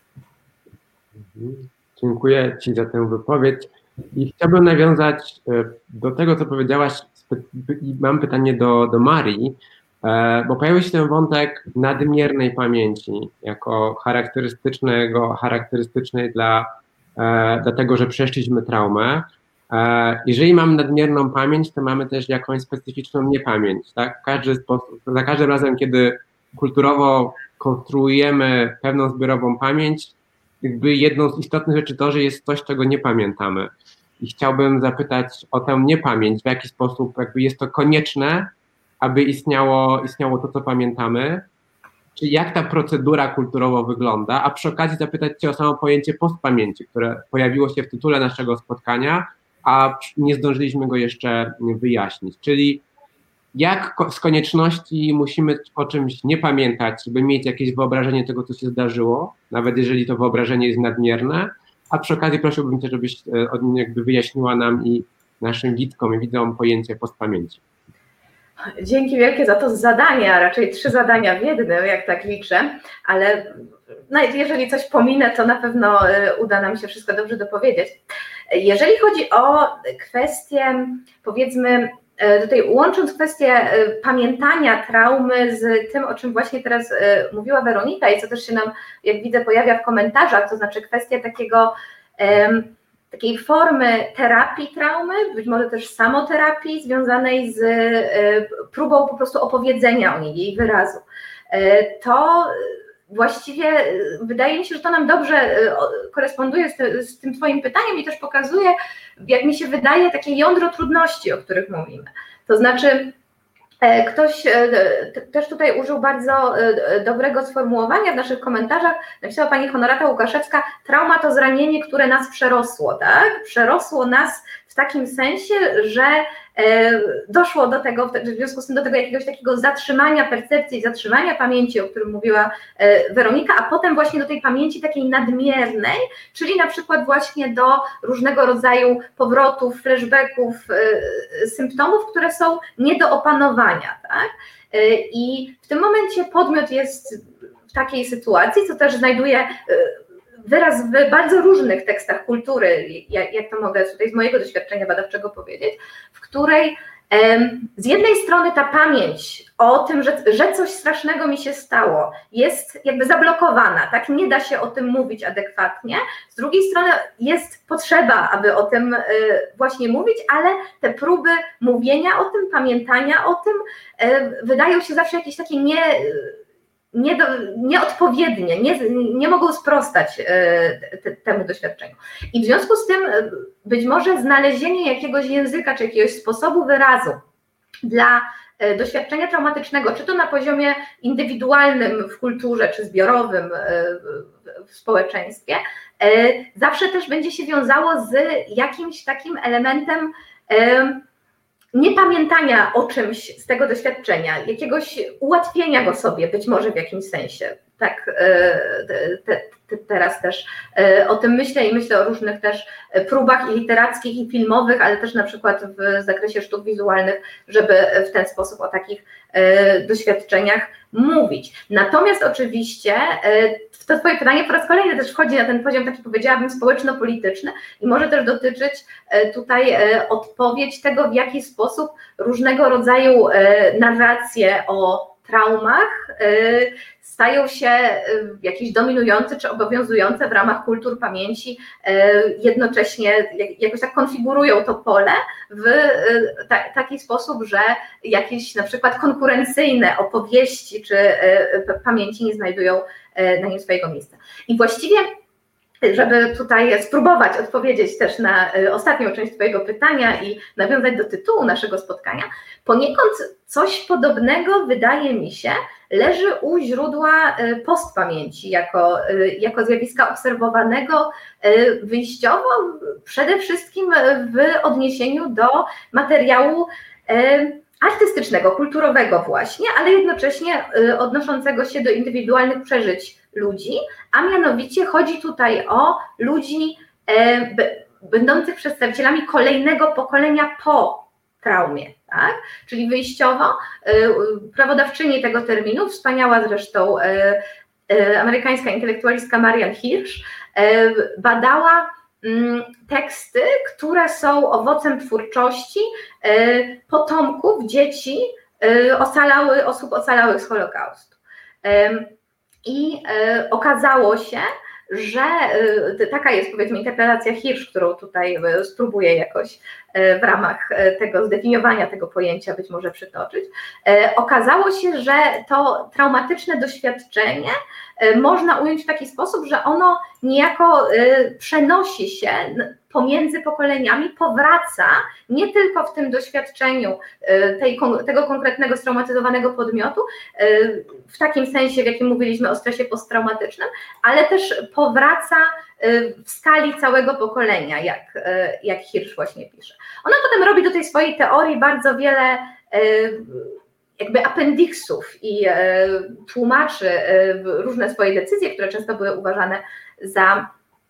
Dziękuję Ci za tę wypowiedź i chciałbym nawiązać do tego, co powiedziałaś. Mam pytanie do Marii, bo pojawił się ten wątek nadmiernej pamięci jako charakterystycznej dla tego, że przeszliśmy traumę. Jeżeli mamy nadmierną pamięć, to mamy też jakąś specyficzną niepamięć. Tak? Za każdym razem, kiedy kulturowo konstruujemy pewną zbiorową pamięć, jakby jedną z istotnych rzeczy to, że jest coś, czego nie pamiętamy. I chciałbym zapytać o tę niepamięć, w jaki sposób jakby jest to konieczne, aby istniało to, co pamiętamy, czy jak ta procedura kulturowo wygląda, a przy okazji zapytać Cię o samo pojęcie postpamięci, które pojawiło się w tytule naszego spotkania, a nie zdążyliśmy go jeszcze wyjaśnić. Czyli jak z konieczności musimy o czymś nie pamiętać, by mieć jakieś wyobrażenie tego, co się zdarzyło, nawet jeżeli to wyobrażenie jest nadmierne, a przy okazji prosiłbym Cię, żebyś jakby wyjaśniła nam i naszym widzkom i widzom pojęcie postpamięci. Dzięki wielkie za to zadanie, a raczej 3 zadania w jednym, jak tak liczę, ale jeżeli coś pominę, to na pewno uda nam się wszystko dobrze dopowiedzieć. Jeżeli chodzi o kwestię, powiedzmy, tutaj łącząc kwestię pamiętania traumy z tym, o czym właśnie teraz mówiła Weronika i co też się nam, jak widzę, pojawia w komentarzach, to znaczy kwestia takiej formy terapii traumy, być może też samoterapii związanej z próbą po prostu opowiedzenia o niej, jej wyrazu. To właściwie wydaje mi się, że to nam dobrze koresponduje z tym Twoim pytaniem i też pokazuje, jak mi się wydaje, takie jądro trudności, o których mówimy. To znaczy, ktoś też tutaj użył bardzo dobrego sformułowania w naszych komentarzach, napisała pani Honorata Łukaszewska, trauma to zranienie, które nas przerosło, tak? Przerosło nas w takim sensie, że doszło do tego, w związku z tym do tego jakiegoś takiego zatrzymania percepcji, zatrzymania pamięci, o którym mówiła Weronika, a potem właśnie do tej pamięci takiej nadmiernej, czyli na przykład właśnie do różnego rodzaju powrotów, flashbacków, symptomów, które są nie do opanowania, tak? I w tym momencie podmiot jest w takiej sytuacji, co też znajduje wyraz w bardzo różnych tekstach kultury, jak to mogę tutaj z mojego doświadczenia badawczego powiedzieć, w której z jednej strony ta pamięć o tym, że coś strasznego mi się stało, jest jakby zablokowana, tak? Nie da się o tym mówić adekwatnie, z drugiej strony jest potrzeba, aby o tym właśnie mówić, ale te próby mówienia o tym, pamiętania o tym wydają się zawsze jakieś takie nieodpowiednie, nie mogą sprostać temu doświadczeniu. I w związku z tym być może znalezienie jakiegoś języka czy jakiegoś sposobu wyrazu dla doświadczenia traumatycznego, czy to na poziomie indywidualnym w kulturze, czy zbiorowym w społeczeństwie, zawsze też będzie się wiązało z jakimś takim elementem niepamiętania o czymś z tego doświadczenia, jakiegoś ułatwienia go sobie, być może w jakimś sensie. Tak, teraz też o tym myślę i myślę o różnych też próbach i literackich, i filmowych, ale też na przykład w zakresie sztuk wizualnych, żeby w ten sposób o takich doświadczeniach mówić. Natomiast oczywiście to Twoje pytanie po raz kolejny też wchodzi na ten poziom taki, powiedziałabym, społeczno-polityczny i może też dotyczyć tutaj odpowiedź tego, w jaki sposób różnego rodzaju narracje o traumach stają się jakieś dominujące czy obowiązujące w ramach kultur pamięci, jednocześnie jakoś tak konfigurują to pole w taki sposób, że jakieś na przykład konkurencyjne opowieści czy pamięci nie znajdują na nim swojego miejsca. I właściwie, żeby tutaj spróbować odpowiedzieć też na ostatnią część Twojego pytania i nawiązać do tytułu naszego spotkania, poniekąd coś podobnego, wydaje mi się, leży u źródła postpamięci jako zjawiska obserwowanego wyjściowo przede wszystkim w odniesieniu do materiału artystycznego, kulturowego właśnie, ale jednocześnie odnoszącego się do indywidualnych przeżyć ludzi, a mianowicie chodzi tutaj o ludzi będących przedstawicielami kolejnego pokolenia po traumie, tak? Czyli wyjściowo prawodawczyni tego terminu, wspaniała zresztą amerykańska intelektualistka Marianne Hirsch, badała teksty, które są owocem twórczości potomków, dzieci osób ocalałych z Holokaustu. I okazało się, że taka jest, powiedzmy, interpretacja Hirsch, którą tutaj spróbuję jakoś w ramach tego zdefiniowania tego pojęcia być może przytoczyć. Okazało się, że to traumatyczne doświadczenie można ująć w taki sposób, że ono niejako przenosi się pomiędzy pokoleniami, powraca nie tylko w tym doświadczeniu tego konkretnego straumatyzowanego podmiotu, w takim sensie, w jakim mówiliśmy o stresie posttraumatycznym, ale też powraca w skali całego pokolenia, jak Hirsch właśnie pisze. Ona potem robi do tej swojej teorii bardzo wiele jakby apendiksów i tłumaczy różne swoje decyzje, które często były uważane za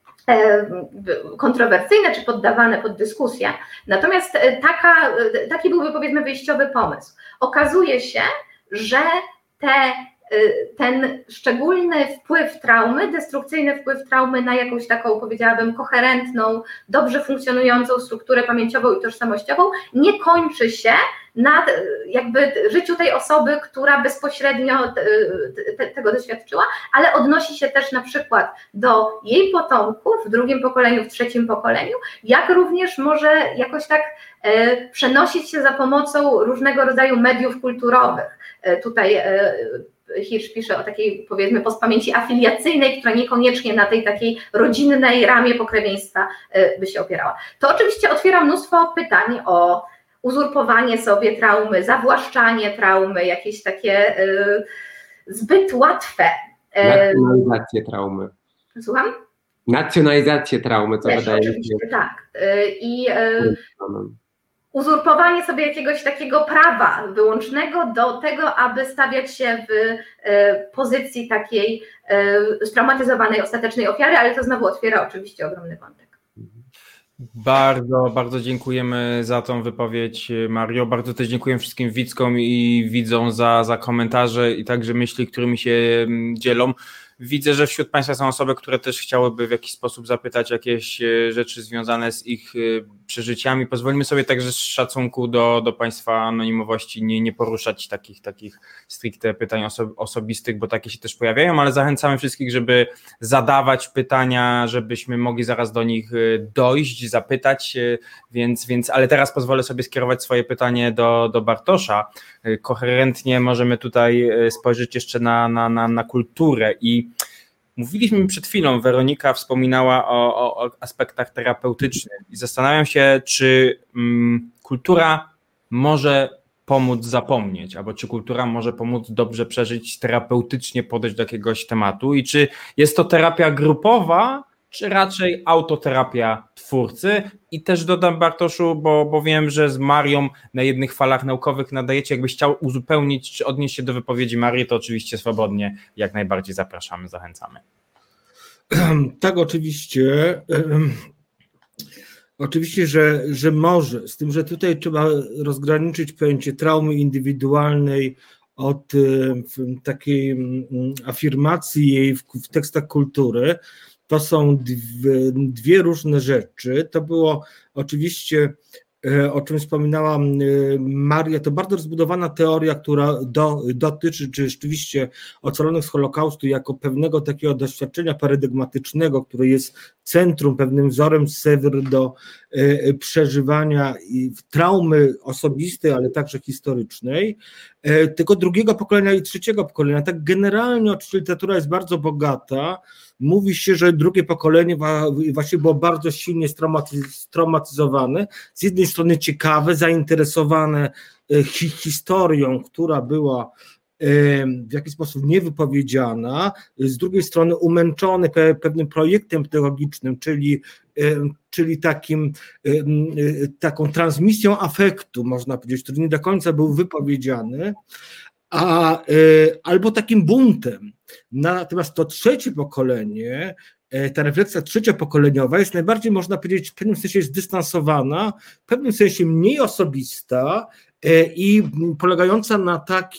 kontrowersyjne czy poddawane pod dyskusję. Natomiast taki byłby, powiedzmy, wyjściowy pomysł. Okazuje się, że te ten szczególny wpływ traumy, destrukcyjny wpływ traumy na jakąś taką, powiedziałabym, koherentną, dobrze funkcjonującą strukturę pamięciową i tożsamościową nie kończy się na jakby życiu tej osoby, która bezpośrednio tego doświadczyła, ale odnosi się też na przykład do jej potomków w drugim pokoleniu, w trzecim pokoleniu, jak również może jakoś tak przenosić się za pomocą różnego rodzaju mediów kulturowych. Tutaj Hirsch pisze o takiej, powiedzmy, postpamięci afiliacyjnej, która niekoniecznie na tej takiej rodzinnej ramie pokrewieństwa by się opierała. To oczywiście otwiera mnóstwo pytań o uzurpowanie sobie traumy, zawłaszczanie traumy, jakieś takie zbyt łatwe. Nacjonalizację traumy. Słucham? Nacjonalizację traumy, co wydaje mi się. Tak. I uzurpowanie sobie jakiegoś takiego prawa wyłącznego do tego, aby stawiać się w pozycji takiej straumatyzowanej ostatecznej ofiary, ale to znowu otwiera oczywiście ogromny wątek. Bardzo, bardzo dziękujemy za tą wypowiedź, Mario. Bardzo też dziękuję wszystkim widzkom i widzom za komentarze i także myśli, którymi się dzielą. Widzę, że wśród Państwa są osoby, które też chciałyby w jakiś sposób zapytać jakieś rzeczy związane z ich przeżyciami. Pozwólmy sobie także z szacunku do Państwa anonimowości nie poruszać takich stricte pytań osobistych, bo takie się też pojawiają, ale zachęcamy wszystkich, żeby zadawać pytania, żebyśmy mogli zaraz do nich dojść, zapytać, więc ale teraz pozwolę sobie skierować swoje pytanie do Bartosza. Koherentnie możemy tutaj spojrzeć jeszcze na kulturę i mówiliśmy przed chwilą, Weronika wspominała o aspektach terapeutycznych i zastanawiam się, czy kultura może pomóc zapomnieć, albo czy kultura może pomóc dobrze przeżyć, terapeutycznie podejść do jakiegoś tematu i czy jest to terapia grupowa, czy raczej autoterapia twórcy. I też dodam, Bartoszu, bo wiem, że z Marią na jednych falach naukowych nadajecie, jakbyś chciał uzupełnić czy odnieść się do wypowiedzi Marii, to oczywiście swobodnie, jak najbardziej zapraszamy, zachęcamy. Tak, oczywiście. Oczywiście, że może, z tym, że tutaj trzeba rozgraniczyć pojęcie traumy indywidualnej od takiej afirmacji jej w tekstach kultury. To są dwie różne rzeczy. To było oczywiście, o czym wspominała Maria, to bardzo rozbudowana teoria, która dotyczy czy rzeczywiście ocalonych z Holokaustu jako pewnego takiego doświadczenia paradygmatycznego, które jest centrum, pewnym wzorem z Sewr do przeżywania traumy osobistej, ale także historycznej, tego drugiego pokolenia i trzeciego pokolenia. Tak generalnie oczywiście literatura jest bardzo bogata. Mówi się, że drugie pokolenie właśnie było bardzo silnie straumatyzowane. Z jednej strony ciekawe, zainteresowane historią, która była w jakiś sposób niewypowiedziana, z drugiej strony umęczony pewnym projektem pedagogicznym, czyli taką transmisją afektu, można powiedzieć, który nie do końca był wypowiedziany, albo takim buntem. Natomiast to trzecie pokolenie, ta refleksja trzeciopokoleniowa jest najbardziej, można powiedzieć, w pewnym sensie zdystansowana, w pewnym sensie mniej osobista i polegająca na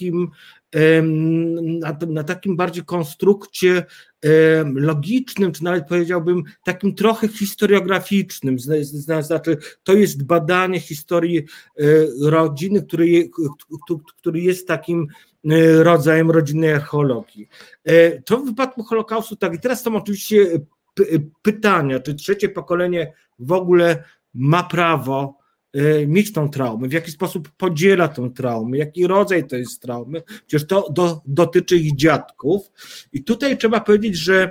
takim bardziej konstrukcie logicznym, czy nawet powiedziałbym takim trochę historiograficznym, znaczy to jest badanie historii rodziny, który jest takim rodzajem rodzinnej archeologii. To w wypadku Holokaustu tak, i teraz są oczywiście pytania, czy trzecie pokolenie w ogóle ma prawo mieć tą traumę, w jaki sposób podziela tą traumę, jaki rodzaj to jest traumy, przecież to dotyczy ich dziadków i tutaj trzeba powiedzieć, że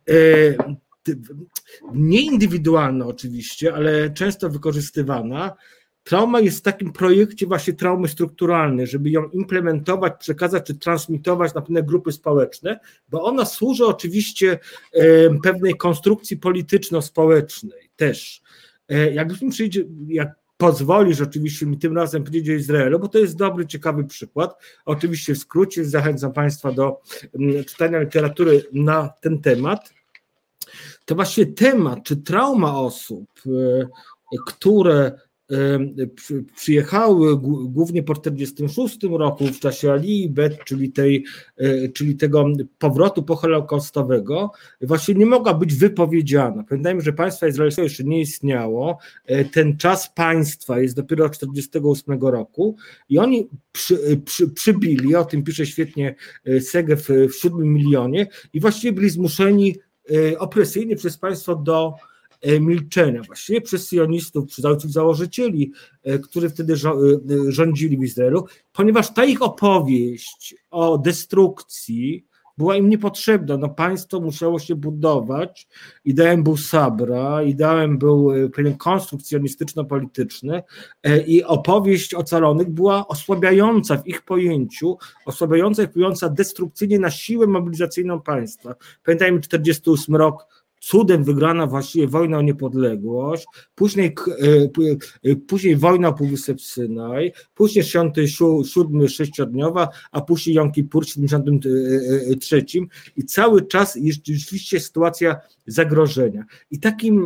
nie indywidualna oczywiście, ale często wykorzystywana, trauma jest w takim projekcie właśnie traumy strukturalnej, żeby ją implementować, przekazać czy transmitować na pewne grupy społeczne, bo ona służy oczywiście pewnej konstrukcji polityczno-społecznej też. Jakbyśmy pozwolisz oczywiście mi tym razem powiedzieć o Izraelu, bo to jest dobry, ciekawy przykład. Oczywiście w skrócie zachęcam Państwa do czytania literatury na ten temat. To właśnie temat, czy trauma osób, które przyjechały głównie po 1946 roku w czasie Alii Bet, czyli tego powrotu poholokaustowego, właśnie nie mogła być wypowiedziana. Pamiętajmy, że państwa izraelskie jeszcze nie istniało, ten czas państwa jest dopiero od 1948 roku i oni przybili, o tym pisze świetnie Segev w 7 milionie i właściwie byli zmuszeni opresyjnie przez państwo do milczenia, właściwie przez sionistów, przez ojców założycieli, którzy wtedy rządzili w Izraelu, ponieważ ta ich opowieść o destrukcji była im niepotrzebna. No, państwo musiało się budować, ideałem był sabra, ideałem był pewien konstrukt sionistyczno-polityczny i opowieść ocalonych była osłabiająca w ich pojęciu, osłabiająca i wpływająca destrukcyjnie na siłę mobilizacyjną państwa. Pamiętajmy 1948 rok, cudem wygrana właściwie wojna o niepodległość, później wojna o Półwysep Synaj, później 67 sześciodniowa, a później Jom Kippur w 73 i cały czas jest rzeczywiście sytuacja zagrożenia. I takim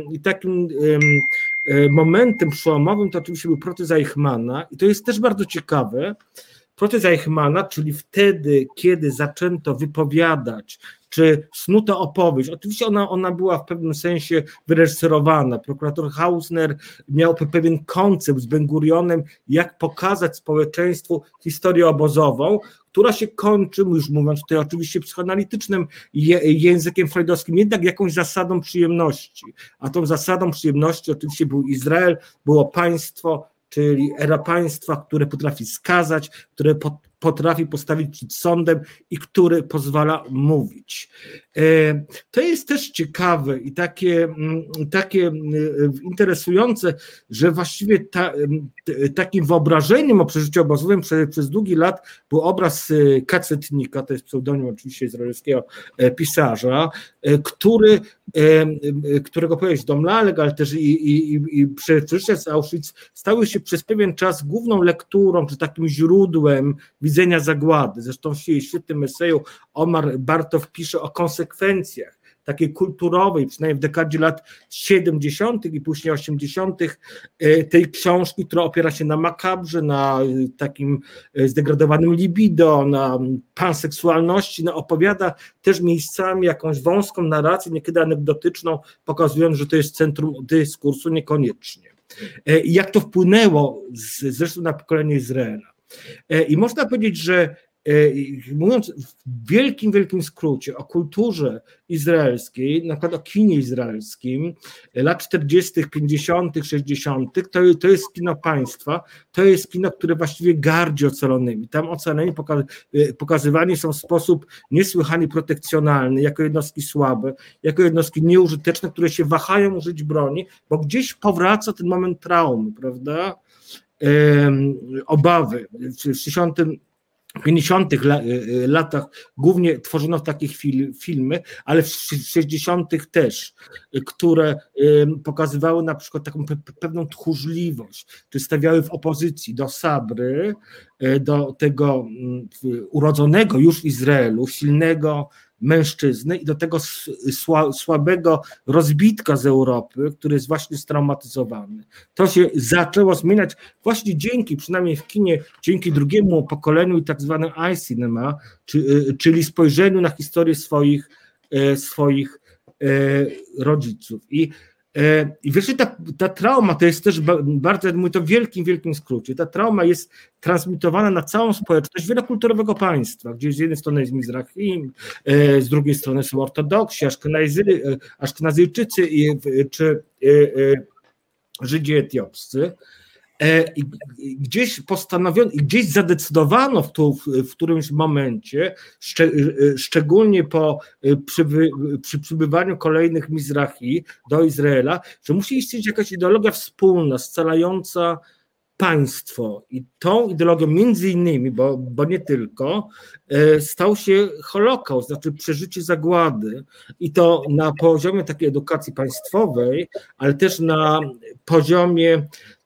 momentem przełomowym to oczywiście był proces Eichmanna i to jest też bardzo ciekawe, proces Eichmanna, czyli wtedy, kiedy zaczęto wypowiadać, czy snuto opowieść, oczywiście ona była w pewnym sensie wyreżyserowana, prokurator Hausner miał pewien koncept z Ben-Gurionem, jak pokazać społeczeństwu historię obozową, która się kończy, już mówiąc tutaj oczywiście psychoanalitycznym językiem freudowskim, jednak jakąś zasadą przyjemności, a tą zasadą przyjemności oczywiście był Izrael, było państwo, czyli era państwa, które potrafi skazać, które potrafi postawić przed sądem i który pozwala mówić. To jest też ciekawe i takie interesujące, że właściwie takim wyobrażeniem o przeżyciu obozowym przez długi lat był obraz Kacetnika, to jest pseudonim oczywiście izraelskiego pisarza, którego powieść Dom Lalek, ale też i przeżycia z Auschwitz stały się przez pewien czas główną lekturą, czy takim źródłem widzenia zagłady. Zresztą w świetnym eseju Omar Bartow pisze o konsekwencjach takiej kulturowej, przynajmniej w dekadzie lat 70. i później 80. tej książki, która opiera się na makabrze, na takim zdegradowanym libido, na panseksualności, opowiada też miejscami jakąś wąską narrację, niekiedy anegdotyczną, pokazując, że to jest centrum dyskursu, niekoniecznie. I jak to wpłynęło zresztą na pokolenie Izraela. I można powiedzieć, że mówiąc w wielkim skrócie o kulturze izraelskiej, na przykład o kinie izraelskim lat 40., 50., 60., to jest kino państwa, to jest kino, które właściwie gardzi ocalonymi. Tam ocaleni pokazywani są w sposób niesłychanie protekcjonalny, jako jednostki słabe, jako jednostki nieużyteczne, które się wahają użyć broni, bo gdzieś powraca ten moment traumy, prawda? Obawy. W 50. latach głównie tworzono takie filmy, ale w 60. też, które pokazywały na przykład taką pewną tchórzliwość, czy stawiały w opozycji do Sabry, do tego urodzonego już Izraelu, silnego mężczyzny i do tego słabego rozbitka z Europy, który jest właśnie straumatyzowany. To się zaczęło zmieniać właśnie dzięki, przynajmniej w kinie, dzięki drugiemu pokoleniu i tak zwanym i-cinema, czyli spojrzeniu na historię swoich rodziców. I wreszcie ta trauma to jest też bardzo, jak mówię to w wielkim skrócie, ta trauma jest transmitowana na całą społeczność wielokulturowego państwa, gdzie z jednej strony jest Mizrahim, z drugiej strony są ortodoksi, Aszkenazyjczycy czy Żydzi etiopscy. I gdzieś postanowiono, i gdzieś zadecydowano w którymś momencie, szczególnie przy przybywaniu kolejnych Mizrahi do Izraela, że musi istnieć jakaś ideologia wspólna, scalająca państwo. I tą ideologią między innymi, bo nie tylko, stał się Holokaust, znaczy przeżycie zagłady. I to na poziomie takiej edukacji państwowej, ale też na poziomie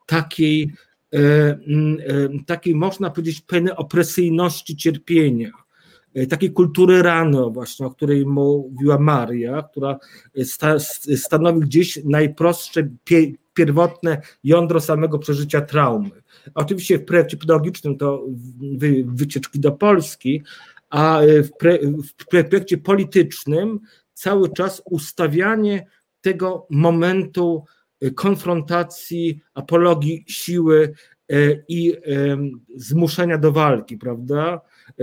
takiej można powiedzieć pewnej opresyjności cierpienia, takiej kultury rany właśnie, o której mówiła Maria, która stanowi gdzieś najprostsze pierwotne jądro samego przeżycia traumy. Oczywiście w projekcie pedagogicznym to wycieczki do Polski, a w projekcie politycznym cały czas ustawianie tego momentu konfrontacji, apologii siły i zmuszenia do walki, prawda?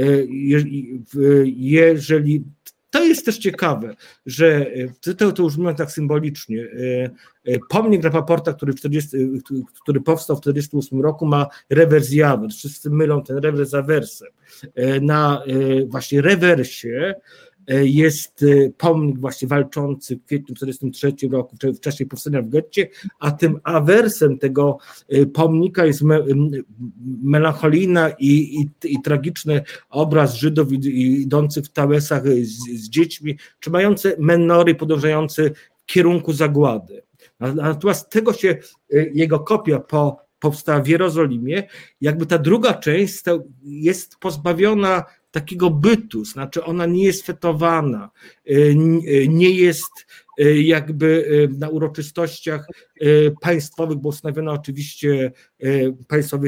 Jeżeli to jest też ciekawe, że to już mówiąc tak symbolicznie, pomnik Rapaporta, który powstał w 1948 roku, ma rewers i awers. Wszyscy mylą ten rewers z awersem. Na właśnie rewersie jest pomnik właśnie walczący w kwietniu 1943 roku, w czasie powstania w getcie, a tym awersem tego pomnika jest melancholijna i tragiczny obraz Żydów idących w tałesach z dziećmi, trzymające menory podążające w kierunku zagłady. Natomiast tego się jego kopia powstała w Jerozolimie, jakby ta druga część jest pozbawiona takiego bytu, znaczy ona nie jest fetowana, nie jest jakby na uroczystościach państwowych, bo ustanowiono oczywiście państwowe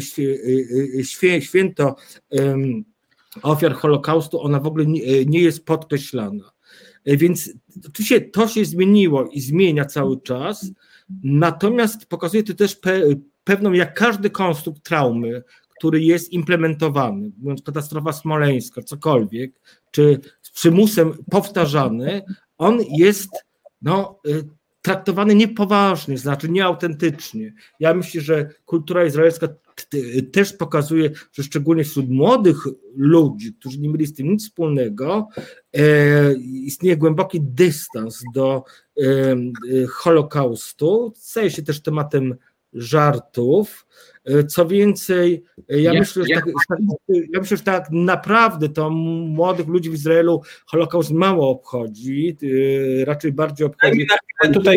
święto ofiar Holokaustu, ona w ogóle nie jest podkreślana. Więc oczywiście to się zmieniło i zmienia cały czas, natomiast pokazuje to też pewną, jak każdy konstrukt traumy, który jest implementowany, mówiąc katastrofa smoleńska, cokolwiek, czy z przymusem powtarzany, on jest traktowany niepoważnie, znaczy nieautentycznie. Ja myślę, że kultura izraelska też pokazuje, że szczególnie wśród młodych ludzi, którzy nie mieli z tym nic wspólnego, istnieje głęboki dystans do Holokaustu, staje się też tematem żartów. Co więcej, ja myślę, że tak naprawdę to młodych ludzi w Izraelu Holokaust mało obchodzi, raczej bardziej obchodzi. Tutaj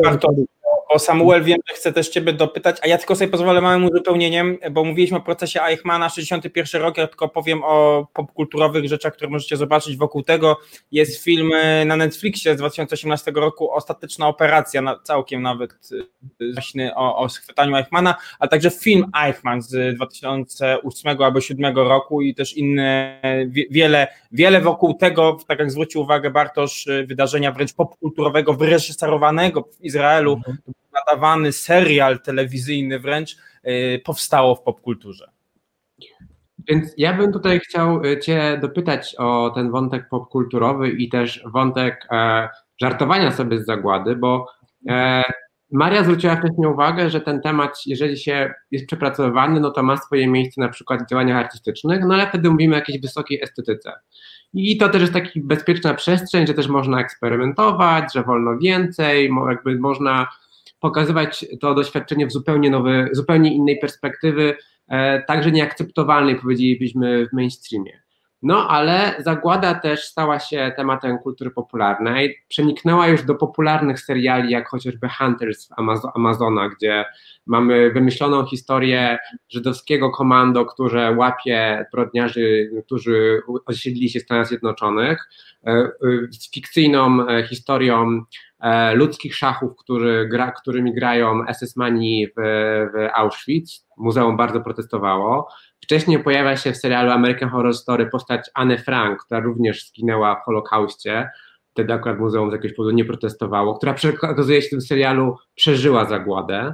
bo Samuel, wiem, że chcę też ciebie dopytać, a ja tylko sobie pozwolę małym uzupełnieniem, bo mówiliśmy o procesie Eichmanna, 61 rok, ja tylko powiem o popkulturowych rzeczach, które możecie zobaczyć wokół tego. Jest film na Netflixie z 2018 roku, Ostateczna operacja, całkiem nawet właśnie o schwytaniu Eichmanna, a także film Eichmann z 2008 albo 2007 roku i też inne, wiele wokół tego, tak jak zwrócił uwagę Bartosz, wydarzenia wręcz popkulturowego, wyreżyserowanego w Izraelu, nadawany serial telewizyjny wręcz, powstało w popkulturze. Więc ja bym tutaj chciał cię dopytać o ten wątek popkulturowy i też wątek żartowania sobie z zagłady, bo Maria zwróciła wcześniej uwagę, że ten temat, jeżeli się jest przepracowywany, no to ma swoje miejsce na przykład w działaniach artystycznych, no ale wtedy mówimy o jakiejś wysokiej estetyce. I to też jest taka bezpieczna przestrzeń, że też można eksperymentować, że wolno więcej, jakby można pokazywać to doświadczenie w zupełnie innej perspektywy, także nieakceptowalnej, powiedzielibyśmy, w mainstreamie. No ale zagłada też stała się tematem kultury popularnej, przeniknęła już do popularnych seriali, jak chociażby Hunters Amazona, gdzie mamy wymyśloną historię żydowskiego komando, które łapie zbrodniarzy, którzy osiedlili się w Stanach Zjednoczonych, z fikcyjną historią ludzkich szachów, którymi grają SS-mani w Auschwitz. Muzeum bardzo protestowało. Wcześniej pojawia się w serialu American Horror Story postać Anne Frank, która również zginęła w Holokauście. Wtedy akurat muzeum z jakiegoś powodu nie protestowało, która okazuje się w tym serialu przeżyła zagładę.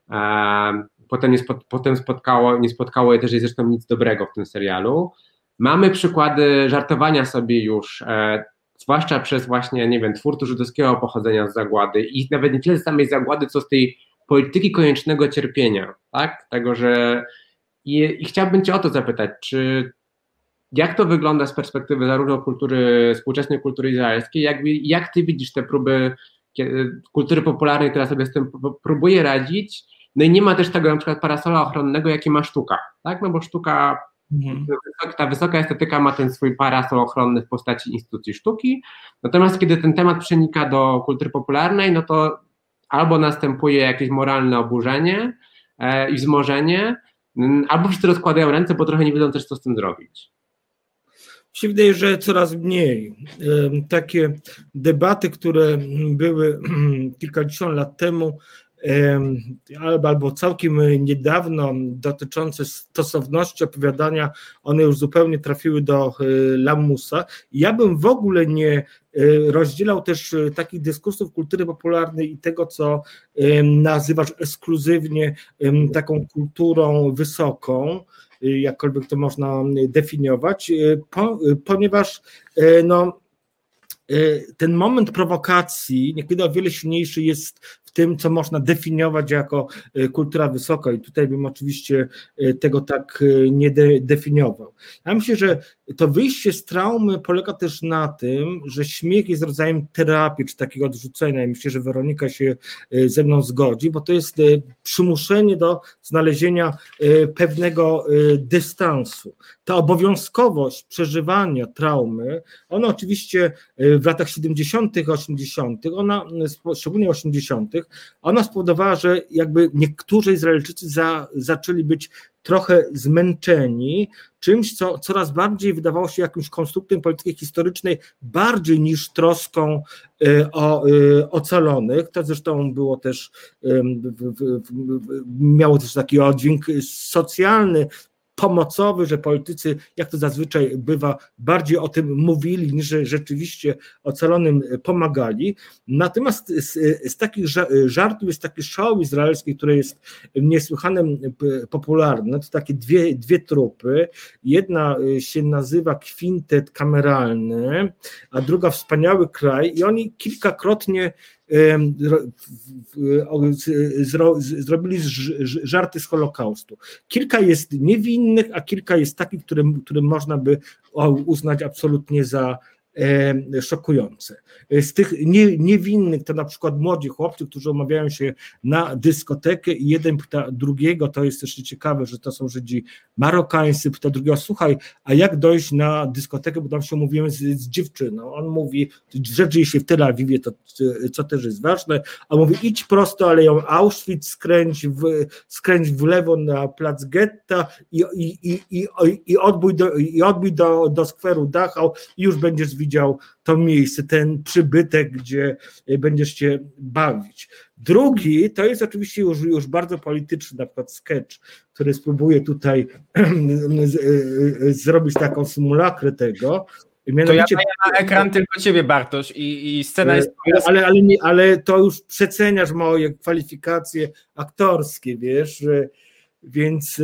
Potem nie spotkało jej też zresztą nic dobrego w tym serialu. Mamy przykłady żartowania sobie już, zwłaszcza przez właśnie, nie wiem, twórców żydowskiego pochodzenia z zagłady i nawet nie tyle z samej zagłady, co z tej polityki koniecznego cierpienia, tak? Tego, że i chciałbym cię o to zapytać, jak to wygląda z perspektywy zarówno współczesnej kultury izraelskiej, jak ty widzisz te próby kultury popularnej, która sobie z tym próbuje radzić, no i nie ma też tego na przykład parasola ochronnego, jaki ma sztuka, tak? No bo sztuka, ta wysoka estetyka ma ten swój parasol ochronny w postaci instytucji sztuki, natomiast kiedy ten temat przenika do kultury popularnej, no to albo następuje jakieś moralne oburzenie i wzmożenie, albo wszyscy rozkładają ręce, bo trochę nie wiedzą też, co z tym zrobić. Mi się wydaje, że coraz mniej. Takie debaty, które były kilkadziesiąt lat temu, albo całkiem niedawno dotyczące stosowności opowiadania, one już zupełnie trafiły do lamusa. Ja bym w ogóle nie rozdzielał też takich dyskursów kultury popularnej i tego, co nazywasz ekskluzywnie taką kulturą wysoką, jakkolwiek to można definiować, ponieważ no, ten moment prowokacji niekiedy o wiele silniejszy jest w tym, co można definiować jako kultura wysoka i tutaj bym oczywiście tego tak nie definiował. Ja myślę, że to wyjście z traumy polega też na tym, że śmiech jest rodzajem terapii czy takiego odrzucenia i myślę, że Weronika się ze mną zgodzi, bo to jest przymuszenie do znalezienia pewnego dystansu. Ta obowiązkowość przeżywania traumy, ona oczywiście w latach 70., 80., ona, szczególnie 80., ona spowodowała, że jakby niektórzy Izraelczycy zaczęli być trochę zmęczeni czymś, co coraz bardziej wydawało się jakimś konstruktem polityki historycznej, bardziej niż troską o ocalonych. To zresztą było też, miało też taki oddźwięk socjalny, pomocowy, że politycy, jak to zazwyczaj bywa, bardziej o tym mówili, niż że rzeczywiście ocalonym pomagali. Natomiast z takich żartów jest taki szał izraelski, który jest niesłychanie popularny. To takie dwie trupy. Jedna się nazywa Kwintet Kameralny, a druga Wspaniały Kraj i oni kilkakrotnie zrobili żarty z Holokaustu. Kilka jest niewinnych, a kilka jest takich, które można by uznać absolutnie za szokujące. Z tych niewinnych to na przykład młodzi chłopcy, którzy umawiają się na dyskotekę i jeden pyta drugiego, to jest też ciekawe, że to są Żydzi marokańscy, pyta drugiego, słuchaj, a jak dojść na dyskotekę, bo tam się umówiłem z dziewczyną. On mówi, rzecz dzieje się w Tel Awiwie, to co też jest ważne, a mówi, idź prosto aleją Auschwitz, skręć w lewo na plac Getta i odbój do skweru Dachau i już będziesz widział to miejsce, ten przybytek, gdzie będziesz się bawić. Drugi to jest oczywiście już bardzo polityczny, na przykład sketch, który spróbuję tutaj zrobić taką symulakrę tego. Mianowicie, to ja daję na ekran tylko ciebie, Bartosz, i scena jest... Ale to już przeceniasz moje kwalifikacje aktorskie, wiesz, więc...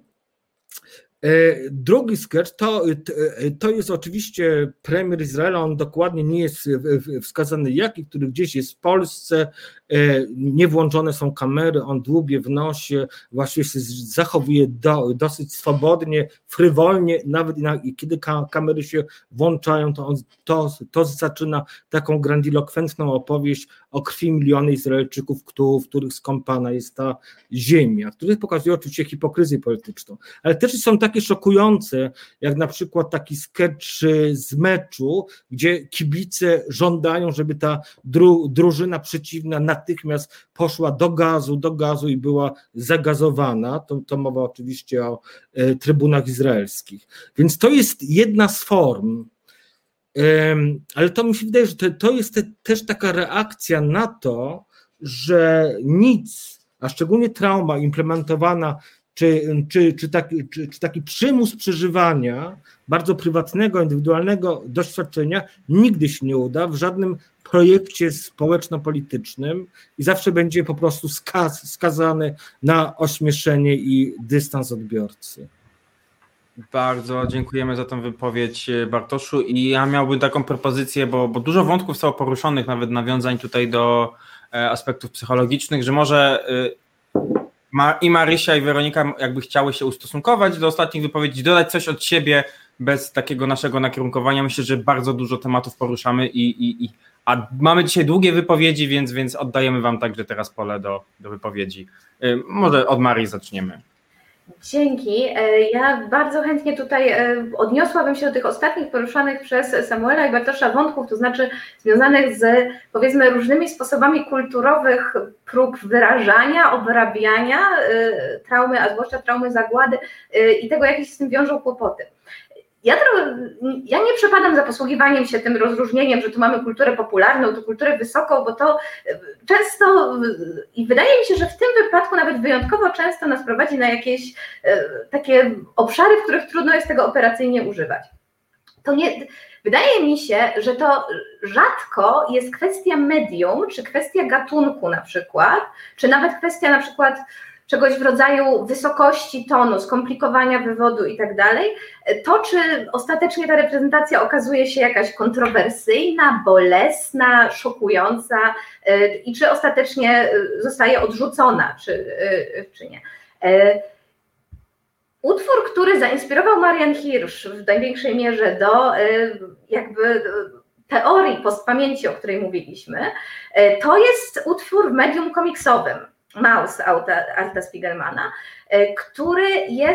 Drugi sketch to jest oczywiście premier Izraela, on dokładnie nie jest wskazany jaki, który gdzieś jest w Polsce, nie włączone są kamery, on dłubie w nosie, właściwie się zachowuje dosyć swobodnie, frywolnie, nawet kiedy kamery się włączają, to zaczyna taką grandilokwentną opowieść o krwi miliony Izraelczyków, w których skąpana jest ta ziemia, który pokazuje oczywiście hipokryzję polityczną, ale też są takie szokujące, jak na przykład taki sketch z meczu, gdzie kibice żądają, żeby ta drużyna przeciwna natychmiast poszła do gazu i była zagazowana. To mowa oczywiście o trybunach izraelskich. Więc to jest jedna z form, ale to mi się wydaje, że to jest też taka reakcja na to, że nic, a szczególnie trauma implementowana czy taki przymus przeżywania bardzo prywatnego, indywidualnego doświadczenia nigdy się nie uda w żadnym projekcie społeczno-politycznym i zawsze będzie po prostu skazany na ośmieszenie i dystans odbiorcy. Bardzo dziękujemy za tę wypowiedź, Bartoszu, i ja miałbym taką propozycję, bo dużo wątków zostało poruszonych, nawet nawiązań tutaj do aspektów psychologicznych, że może i Marysia, i Weronika jakby chciały się ustosunkować do ostatnich wypowiedzi, dodać coś od siebie bez takiego naszego nakierunkowania. Myślę, że bardzo dużo tematów poruszamy a mamy dzisiaj długie wypowiedzi, więc oddajemy wam także teraz pole do wypowiedzi. Może od Marii zaczniemy. Dzięki. Ja bardzo chętnie tutaj odniosłabym się do tych ostatnich poruszanych przez Samuela i Bartosza wątków, to znaczy związanych z, powiedzmy, różnymi sposobami kulturowych prób wyrażania, obrabiania traumy, a zwłaszcza traumy zagłady i tego, jakie się z tym wiążą kłopoty. ja nie przepadam za posługiwaniem się tym rozróżnieniem, że tu mamy kulturę popularną, tu kulturę wysoką, bo to często i wydaje mi się, że w tym wypadku nawet wyjątkowo często nas prowadzi na jakieś takie obszary, w których trudno jest tego operacyjnie używać. Wydaje mi się, że to rzadko jest kwestia medium, czy kwestia gatunku na przykład, czy nawet kwestia na przykład czegoś w rodzaju wysokości tonu, skomplikowania wywodu i tak dalej, to czy ostatecznie ta reprezentacja okazuje się jakaś kontrowersyjna, bolesna, szokująca i czy ostatecznie zostaje odrzucona, czy nie. Utwór, który zainspirował Marianne Hirsch w największej mierze do jakby teorii postpamięci, o której mówiliśmy, to jest utwór w medium komiksowym, Maus Arta Spiegelmana, który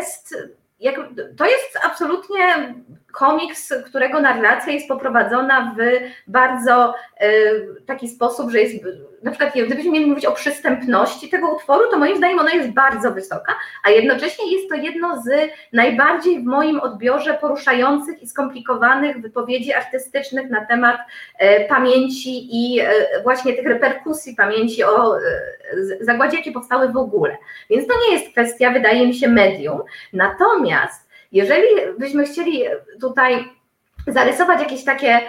to jest absolutnie komiks, którego narracja jest poprowadzona w bardzo taki sposób, że jest, na przykład gdybyśmy mieli mówić o przystępności tego utworu, to moim zdaniem ona jest bardzo wysoka, a jednocześnie jest to jedno z najbardziej w moim odbiorze poruszających i skomplikowanych wypowiedzi artystycznych na temat pamięci i właśnie tych reperkusji pamięci o zagładzie, jakie powstały w ogóle. Więc to nie jest kwestia, wydaje mi się, medium. Natomiast jeżeli byśmy chcieli tutaj zarysować jakieś takie,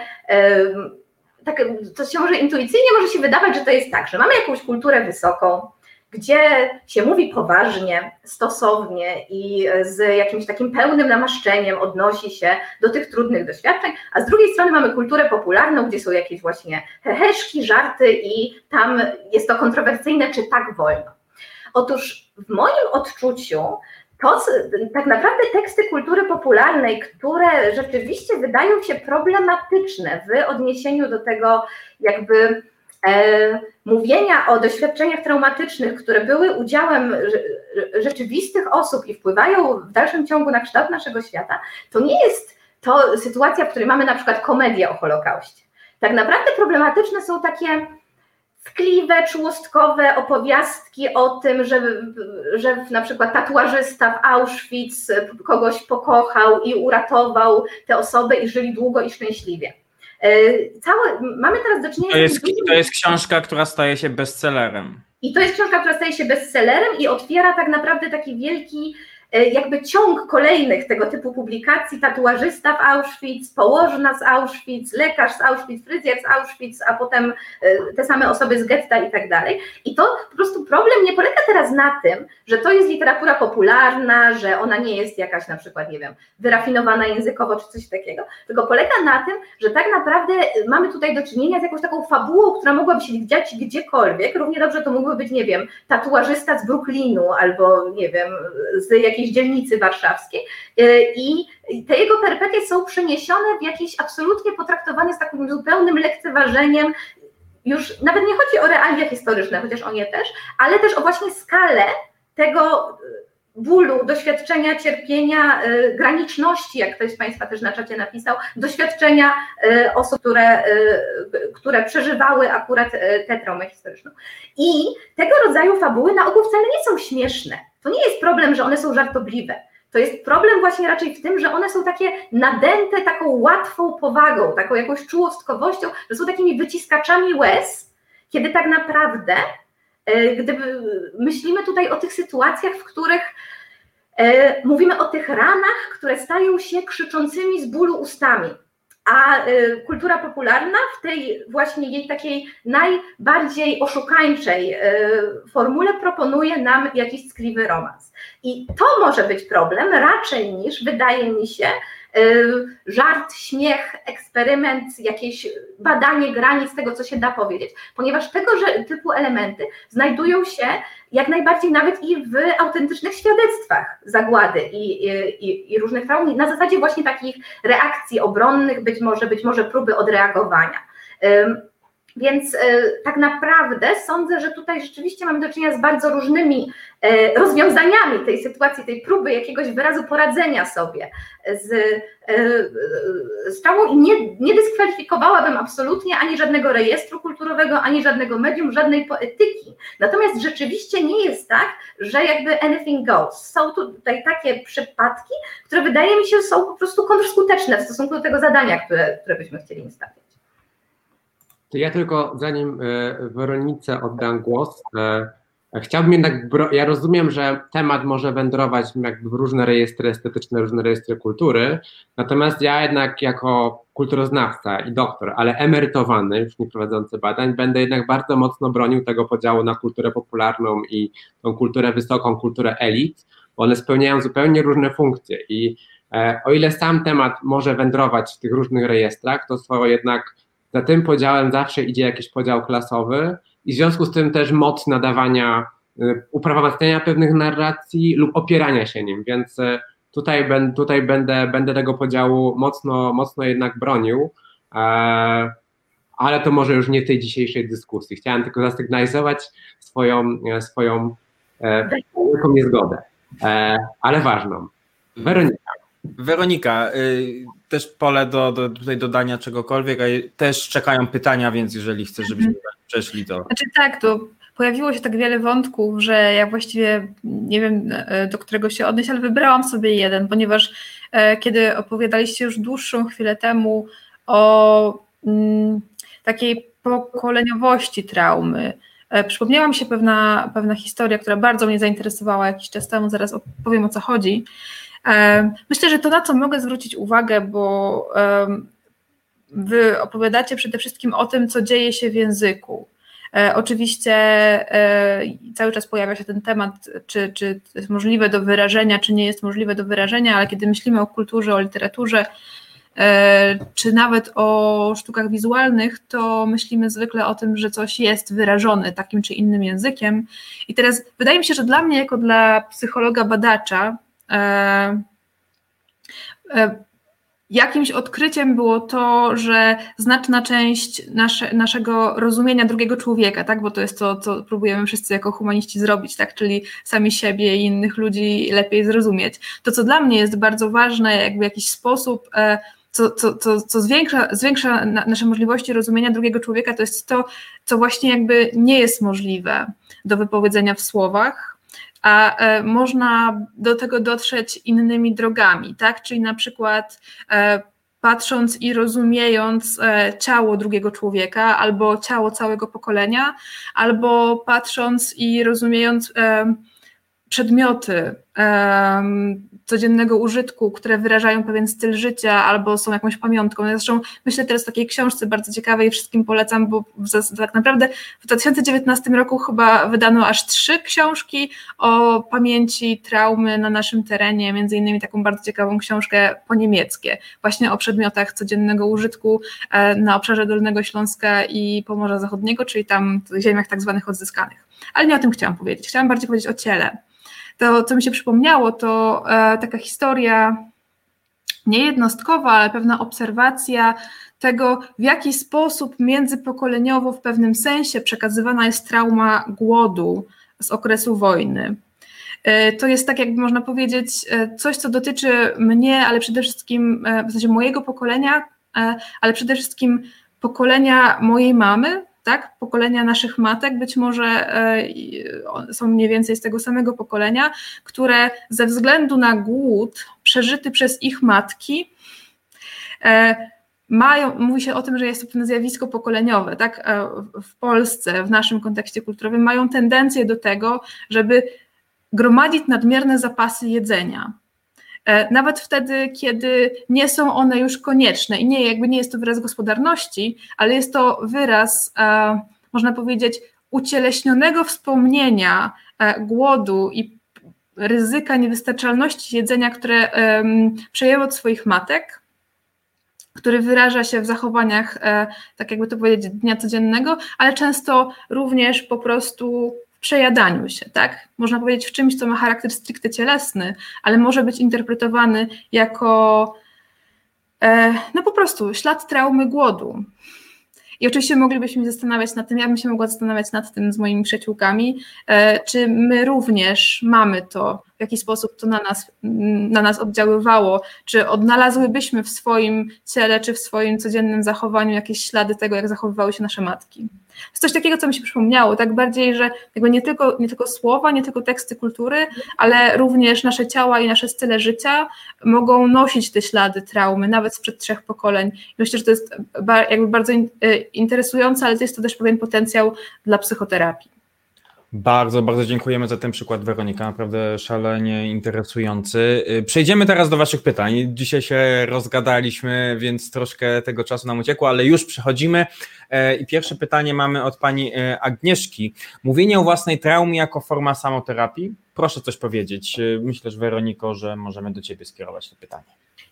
to się może intuicyjnie może się wydawać, że to jest tak, że mamy jakąś kulturę wysoką, gdzie się mówi poważnie, stosownie i z jakimś takim pełnym namaszczeniem odnosi się do tych trudnych doświadczeń, a z drugiej strony mamy kulturę popularną, gdzie są jakieś właśnie heheszki, żarty i tam jest to kontrowersyjne, czy tak wolno. Otóż w moim odczuciu tak naprawdę teksty kultury popularnej, które rzeczywiście wydają się problematyczne w odniesieniu do tego jakby mówienia o doświadczeniach traumatycznych, które były udziałem rzeczywistych osób i wpływają w dalszym ciągu na kształt naszego świata, to nie jest to sytuacja, w której mamy na przykład komedię o Holokauście. Tak naprawdę problematyczne są takie tkliwe, czułostkowe opowiastki o tym, że na przykład tatuażysta w Auschwitz kogoś pokochał i uratował tę osobę i żyli długo i szczęśliwie. Mamy teraz do czynienia to jest książka, która staje się bestsellerem. I to jest książka, która staje się bestsellerem i otwiera tak naprawdę taki wielki jakby ciąg kolejnych tego typu publikacji, tatuażysta w Auschwitz, położna z Auschwitz, lekarz z Auschwitz, fryzjer z Auschwitz, a potem te same osoby z getta i tak dalej. I to po prostu problem nie polega teraz na tym, że to jest literatura popularna, że ona nie jest jakaś na przykład, nie wiem, wyrafinowana językowo czy coś takiego, tylko polega na tym, że tak naprawdę mamy tutaj do czynienia z jakąś taką fabułą, która mogłaby się dziać gdziekolwiek. Równie dobrze to mógłby być, nie wiem, tatuażysta z Brooklynu albo, nie wiem, z jakiejś dzielnicy warszawskiej i te jego perypetie są przeniesione w jakieś absolutnie potraktowane z takim zupełnym lekceważeniem. Już nawet nie chodzi o realia historyczne, chociaż o nie też, ale też o właśnie skalę tego bólu, doświadczenia, cierpienia, graniczności, jak ktoś z Państwa też na czacie napisał, doświadczenia osób, które przeżywały akurat tę traumę historyczną. I tego rodzaju fabuły na ogół wcale nie są śmieszne. To nie jest problem, że one są żartobliwe. To jest problem właśnie raczej w tym, że one są takie nadęte taką łatwą powagą, taką jakąś czułostkowością, że są takimi wyciskaczami łez, kiedy tak naprawdę gdyby myślimy tutaj o tych sytuacjach, w których mówimy o tych ranach, które stają się krzyczącymi z bólu ustami, a kultura popularna w tej właśnie jej takiej najbardziej oszukańczej formule proponuje nam jakiś tkliwy romans. I to może być problem raczej niż, wydaje mi się, żart, śmiech, eksperyment, jakieś badanie granic tego, co się da powiedzieć, ponieważ tego typu elementy znajdują się jak najbardziej nawet i w autentycznych świadectwach zagłady i różnych traum, na zasadzie właśnie takich reakcji obronnych, być może próby odreagowania. Więc tak naprawdę sądzę, że tutaj rzeczywiście mamy do czynienia z bardzo różnymi rozwiązaniami tej sytuacji, tej próby jakiegoś wyrazu poradzenia sobie z traumą i nie dyskwalifikowałabym absolutnie ani żadnego rejestru kulturowego, ani żadnego medium, żadnej poetyki. Natomiast rzeczywiście nie jest tak, że jakby anything goes. Są tutaj takie przypadki, które wydaje mi się są po prostu kontrskuteczne w stosunku do tego zadania, które byśmy chcieli im stawiać. To ja tylko, zanim Weronice oddam głos, chciałbym jednak, ja rozumiem, że temat może wędrować jakby w różne rejestry estetyczne, różne rejestry kultury, natomiast ja jednak jako kulturoznawca i doktor, ale emerytowany, już nie prowadzący badań, będę jednak bardzo mocno bronił tego podziału na kulturę popularną i tą kulturę wysoką, kulturę elit, bo one spełniają zupełnie różne funkcje i o ile sam temat może wędrować w tych różnych rejestrach, to jednak za tym podziałem zawsze idzie jakiś podział klasowy i w związku z tym też moc nadawania, uprowadzenia pewnych narracji lub opierania się nim, więc tutaj będę tego podziału mocno jednak bronił, ale to może już nie w tej dzisiejszej dyskusji. Chciałem tylko zasygnalizować swoją wielką niezgodę, ale ważną. Weronika, też pole do tutaj dodania czegokolwiek, a też czekają pytania, więc jeżeli chcesz, żebyśmy przeszli, to... Znaczy tak, to pojawiło się tak wiele wątków, że ja właściwie nie wiem, do którego się odnieść, ale wybrałam sobie jeden, ponieważ kiedy opowiadaliście już dłuższą chwilę temu o takiej pokoleniowości traumy, przypomniała mi się pewna historia, która bardzo mnie zainteresowała jakiś czas temu, zaraz opowiem, o co chodzi. Myślę, że to, na co mogę zwrócić uwagę, bo wy opowiadacie przede wszystkim o tym, co dzieje się w języku. Oczywiście cały czas pojawia się ten temat, czy to jest możliwe do wyrażenia, czy nie jest możliwe do wyrażenia, ale kiedy myślimy o kulturze, o literaturze, czy nawet o sztukach wizualnych, to myślimy zwykle o tym, że coś jest wyrażone takim czy innym językiem. I teraz wydaje mi się, że dla mnie, jako dla psychologa badacza, jakimś odkryciem było to, że znaczna część naszego rozumienia drugiego człowieka, tak, bo to jest to, co próbujemy wszyscy jako humaniści zrobić, tak, czyli sami siebie i innych ludzi lepiej zrozumieć. To, co dla mnie jest bardzo ważne, jakby w jakiś sposób, co zwiększa nasze możliwości rozumienia drugiego człowieka, to jest to, co właśnie jakby nie jest możliwe do wypowiedzenia w słowach, a można do tego dotrzeć innymi drogami, tak? Czyli na przykład patrząc i rozumiejąc ciało drugiego człowieka, albo ciało całego pokolenia, albo patrząc i rozumiejąc przedmioty codziennego użytku, które wyrażają pewien styl życia albo są jakąś pamiątką. Zresztą myślę teraz o takiej książce bardzo ciekawej, wszystkim polecam, bo tak naprawdę w 2019 roku chyba wydano aż 3 książki o pamięci traumy na naszym terenie, między innymi taką bardzo ciekawą książkę po niemieckie, właśnie o przedmiotach codziennego użytku na obszarze Dolnego Śląska i Pomorza Zachodniego, czyli tam ziemiach tak zwanych odzyskanych. Ale nie o tym chciałam powiedzieć. Chciałam bardziej powiedzieć o ciele. To, co mi się przypomniało, to taka historia niejednostkowa, ale pewna obserwacja tego, w jaki sposób międzypokoleniowo w pewnym sensie przekazywana jest trauma głodu z okresu wojny. To jest tak, jakby można powiedzieć, coś, co dotyczy mnie, ale przede wszystkim w sensie mojego pokolenia, ale przede wszystkim pokolenia mojej mamy, tak, pokolenia naszych matek, być może są mniej więcej z tego samego pokolenia, które ze względu na głód przeżyty przez ich matki mówi się o tym, że jest to pewne zjawisko pokoleniowe, tak, w Polsce, w naszym kontekście kulturowym mają tendencję do tego, żeby gromadzić nadmierne zapasy jedzenia. Nawet wtedy, kiedy nie są one już konieczne i nie jest to wyraz gospodarności, ale jest to wyraz, można powiedzieć, ucieleśnionego wspomnienia głodu i ryzyka niewystarczalności jedzenia, które przejęło od swoich matek, który wyraża się w zachowaniach, tak jakby to powiedzieć, dnia codziennego, ale często również po prostu przejadaniu się, tak? Można powiedzieć w czymś, co ma charakter stricte cielesny, ale może być interpretowany jako no po prostu ślad traumy głodu. I oczywiście moglibyśmy się zastanawiać nad tym, ja bym się mogła zastanawiać nad tym z moimi przyjaciółkami, czy my również mamy to, w jaki sposób to na nas oddziaływało, czy odnalazłybyśmy w swoim ciele, czy w swoim codziennym zachowaniu jakieś ślady tego, jak zachowywały się nasze matki. To jest coś takiego, co mi się przypomniało, tak bardziej, że jakby nie tylko słowa, nie tylko teksty kultury, ale również nasze ciała i nasze style życia mogą nosić te ślady traumy, nawet sprzed 3 pokoleń. I myślę, że to jest jakby bardzo interesujące, ale to jest to też pewien potencjał dla psychoterapii. Bardzo, bardzo dziękujemy za ten przykład, Weronika, naprawdę szalenie interesujący. Przejdziemy teraz do waszych pytań. Dzisiaj się rozgadaliśmy, więc troszkę tego czasu nam uciekło, ale już przechodzimy. I pierwsze pytanie mamy od pani Agnieszki. Mówienie o własnej traumie jako forma samoterapii? Proszę coś powiedzieć. Myślę, że Weroniko, że możemy do ciebie skierować to pytanie.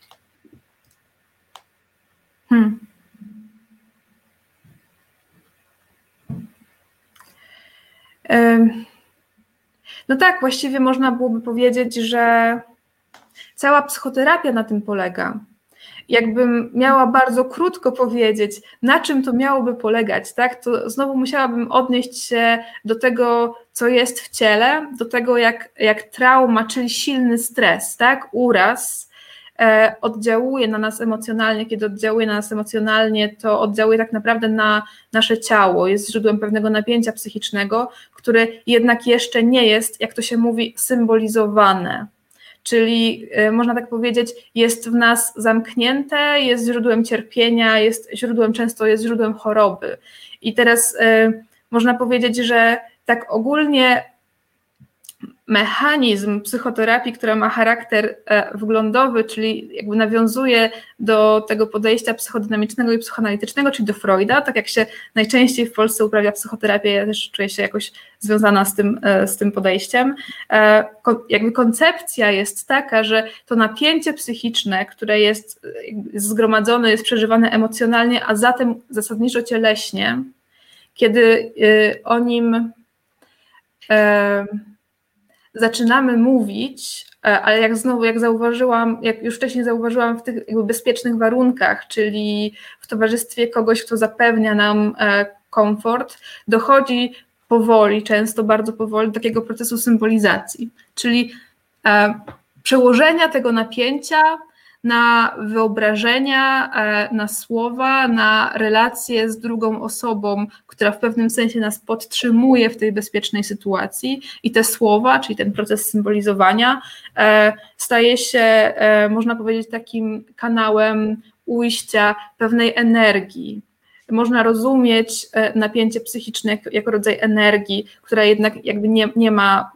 No tak, właściwie można byłoby powiedzieć, że cała psychoterapia na tym polega. Jakbym miała bardzo krótko powiedzieć, na czym to miałoby polegać, tak, to znowu musiałabym odnieść się do tego, co jest w ciele, do tego, jak trauma, czyli silny stres, tak, uraz, oddziałuje na nas emocjonalnie. Kiedy oddziałuje na nas emocjonalnie, to oddziałuje tak naprawdę na nasze ciało, jest źródłem pewnego napięcia psychicznego, które jednak jeszcze nie jest, jak to się mówi, symbolizowane. Czyli można tak powiedzieć, jest w nas zamknięte, jest źródłem cierpienia, często jest źródłem choroby. I teraz można powiedzieć, że tak ogólnie mechanizm psychoterapii, która ma charakter wglądowy, czyli jakby nawiązuje do tego podejścia psychodynamicznego i psychoanalitycznego, czyli do Freuda, tak jak się najczęściej w Polsce uprawia psychoterapię, ja też czuję się jakoś związana z tym podejściem. Jakby koncepcja jest taka, że to napięcie psychiczne, które jest zgromadzone, jest przeżywane emocjonalnie, a zatem zasadniczo cieleśnie, kiedy o nim zaczynamy mówić, ale jak już wcześniej zauważyłam, w tych jakby bezpiecznych warunkach, czyli w towarzystwie kogoś, kto zapewnia nam komfort, dochodzi powoli, często bardzo powoli, do takiego procesu symbolizacji, czyli przełożenia tego napięcia na wyobrażenia, na słowa, na relacje z drugą osobą, która w pewnym sensie nas podtrzymuje w tej bezpiecznej sytuacji i te słowa, czyli ten proces symbolizowania staje się, można powiedzieć, takim kanałem ujścia pewnej energii. Można rozumieć napięcie psychiczne jako rodzaj energii, która jednak jakby nie ma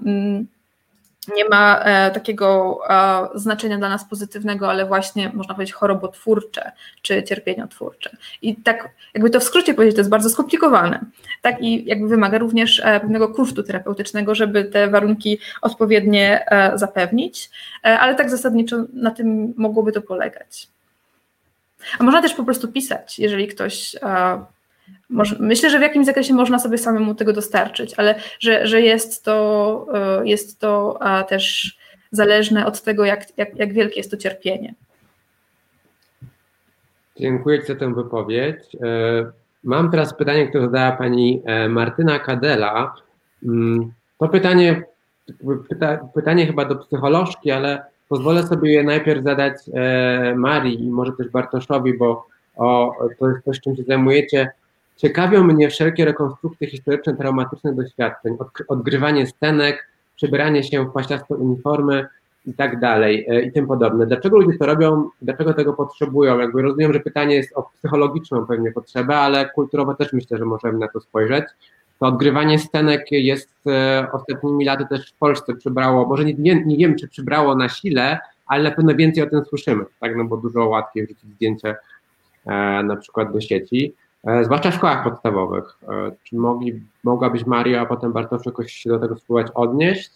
takiego znaczenia dla nas pozytywnego, ale właśnie można powiedzieć chorobotwórcze czy cierpieniotwórcze. I tak jakby to w skrócie powiedzieć, to jest bardzo skomplikowane. Tak, i jakby wymaga również pewnego kosztu terapeutycznego, żeby te warunki odpowiednie zapewnić, ale tak zasadniczo na tym mogłoby to polegać. A można też po prostu pisać, jeżeli ktoś... Myślę, że w jakimś zakresie można sobie samemu tego dostarczyć, ale że jest to też zależne od tego, jak wielkie jest to cierpienie. Dziękuję Ci za tę wypowiedź. Mam teraz pytanie, które zadała pani Martyna Kadela. To pytanie chyba do psycholożki, ale pozwolę sobie je najpierw zadać Marii i może też Bartoszowi, bo to jest coś, czym się zajmujecie. Ciekawią mnie wszelkie rekonstrukcje historyczne traumatycznych doświadczeń, odgrywanie scenek, przebieranie się w pasiaste uniformy i tak dalej i tym podobne. Dlaczego ludzie to robią, dlaczego tego potrzebują? Jakby rozumiem, że pytanie jest o psychologiczną pewnie potrzebę, ale kulturowo też myślę, że możemy na to spojrzeć. To odgrywanie scenek jest ostatnimi laty też w Polsce przybrało, może nie wiem, czy przybrało na sile, ale na pewno więcej o tym słyszymy, tak? No bo dużo łatwiej wrzucić zdjęcie na przykład do sieci. Zwłaszcza w szkołach podstawowych. Czy mogłabyś, Mario, a potem Bartosz, jakoś się do tego spróbować odnieść?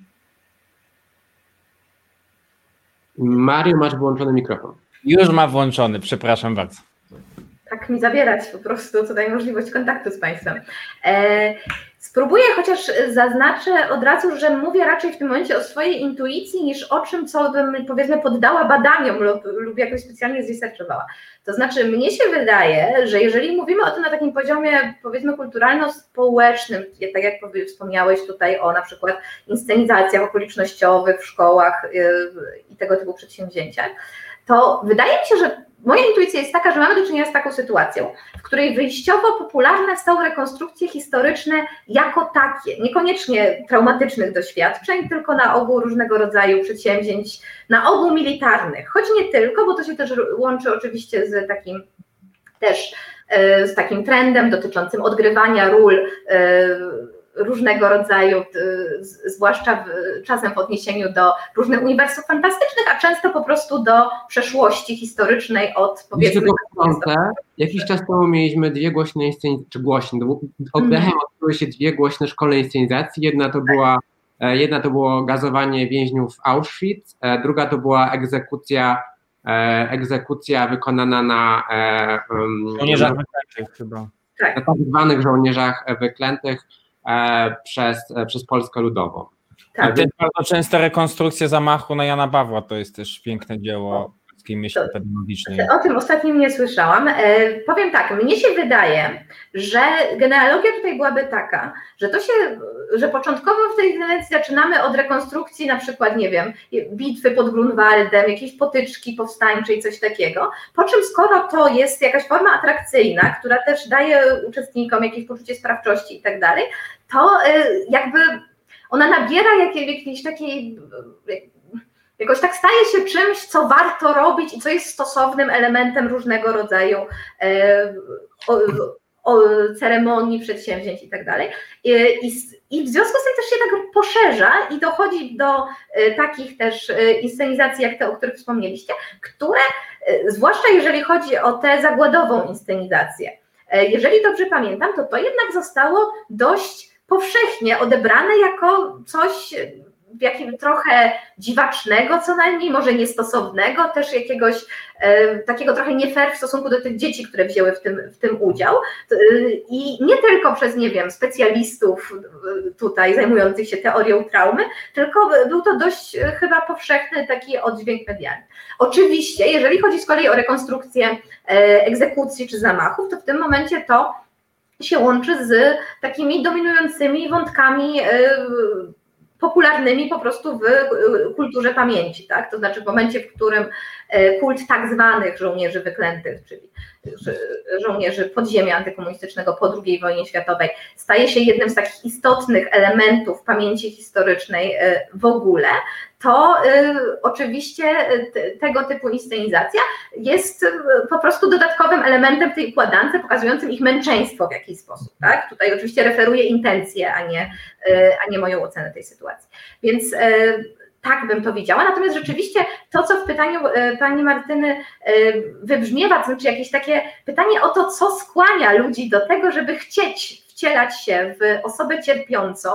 Mario, masz wyłączony mikrofon. Już ma włączony, przepraszam bardzo. Tak mi zabierać po prostu tutaj możliwość kontaktu z Państwem. Spróbuję, chociaż zaznaczę od razu, że mówię raczej w tym momencie o swojej intuicji niż o czym, co bym, powiedzmy, poddała badaniom lub jakoś specjalnie zresearchowała. To znaczy, mnie się wydaje, że jeżeli mówimy o tym na takim poziomie, powiedzmy, kulturalno-społecznym, tak jak wspomniałeś tutaj o na przykład inscenizacjach okolicznościowych w szkołach i tego typu przedsięwzięciach, to wydaje mi się, że moja intuicja jest taka, że mamy do czynienia z taką sytuacją, w której wyjściowo popularne są rekonstrukcje historyczne jako takie, niekoniecznie traumatycznych doświadczeń, tylko na ogół różnego rodzaju przedsięwzięć, na ogół militarnych, choć nie tylko, bo to się też łączy oczywiście z takim trendem dotyczącym odgrywania ról różnego rodzaju, zwłaszcza czasem w odniesieniu do różnych uniwersów fantastycznych, a często po prostu do przeszłości historycznej od, powiedzmy... Jakiś czas temu mieliśmy dwie głośne inscenizacje, czy głośne, oddechem odbyły się dwie głośne szkolne inscenizacje. Jedna to było gazowanie więźniów w Auschwitz, druga to była egzekucja wykonana na żołnierzach wyklętych chyba. Tak. Na tak zwanych żołnierzach wyklętych przez Polskę Ludową. Tak. To jest bardzo często rekonstrukcja zamachu na Jana Pawła, to jest też piękne dzieło polskiej myśli pedagogicznej. O tym ostatnim nie słyszałam. Powiem tak, mnie się wydaje, że genealogia tutaj byłaby taka, że początkowo w tej tendencji zaczynamy od rekonstrukcji na przykład, nie wiem, bitwy pod Grunwaldem, jakiejś potyczki powstańczej, coś takiego, po czym skoro to jest jakaś forma atrakcyjna, która też daje uczestnikom jakieś poczucie sprawczości i tak dalej, to jakby ona nabiera jakiejś takiej... Jakoś tak staje się czymś, co warto robić i co jest stosownym elementem różnego rodzaju ceremonii, przedsięwzięć i tak dalej. I w związku z tym też się tak poszerza i dochodzi do takich też inscenizacji, jak te, o których wspomnieliście, które, zwłaszcza jeżeli chodzi o tę zagładową inscenizację, jeżeli dobrze pamiętam, to jednak zostało dość powszechnie odebrane jako coś trochę dziwacznego co najmniej, może niestosownego, też jakiegoś takiego trochę nie fair w stosunku do tych dzieci, które wzięły w tym udział i nie tylko przez, nie wiem, specjalistów tutaj zajmujących się teorią traumy, tylko był to dość chyba powszechny taki oddźwięk medialny. Oczywiście, jeżeli chodzi z kolei o rekonstrukcję egzekucji czy zamachów, to w tym momencie to się łączy z takimi dominującymi wątkami popularnymi po prostu w kulturze pamięci, tak? To znaczy w momencie, w którym kult tak zwanych żołnierzy wyklętych, czyli żołnierzy podziemia antykomunistycznego po II wojnie światowej, staje się jednym z takich istotnych elementów pamięci historycznej w ogóle, to oczywiście tego typu inscenizacja jest po prostu dodatkowym elementem w tej układance, pokazującym ich męczeństwo w jakiś sposób. Tak? Tutaj oczywiście referuję intencje, a nie moją ocenę tej sytuacji. Więc tak bym powiedziała, natomiast rzeczywiście to, co w pytaniu pani Martyny wybrzmiewa, to znaczy jakieś takie pytanie o to, co skłania ludzi do tego, żeby chcieć wcielać się w osobę cierpiącą,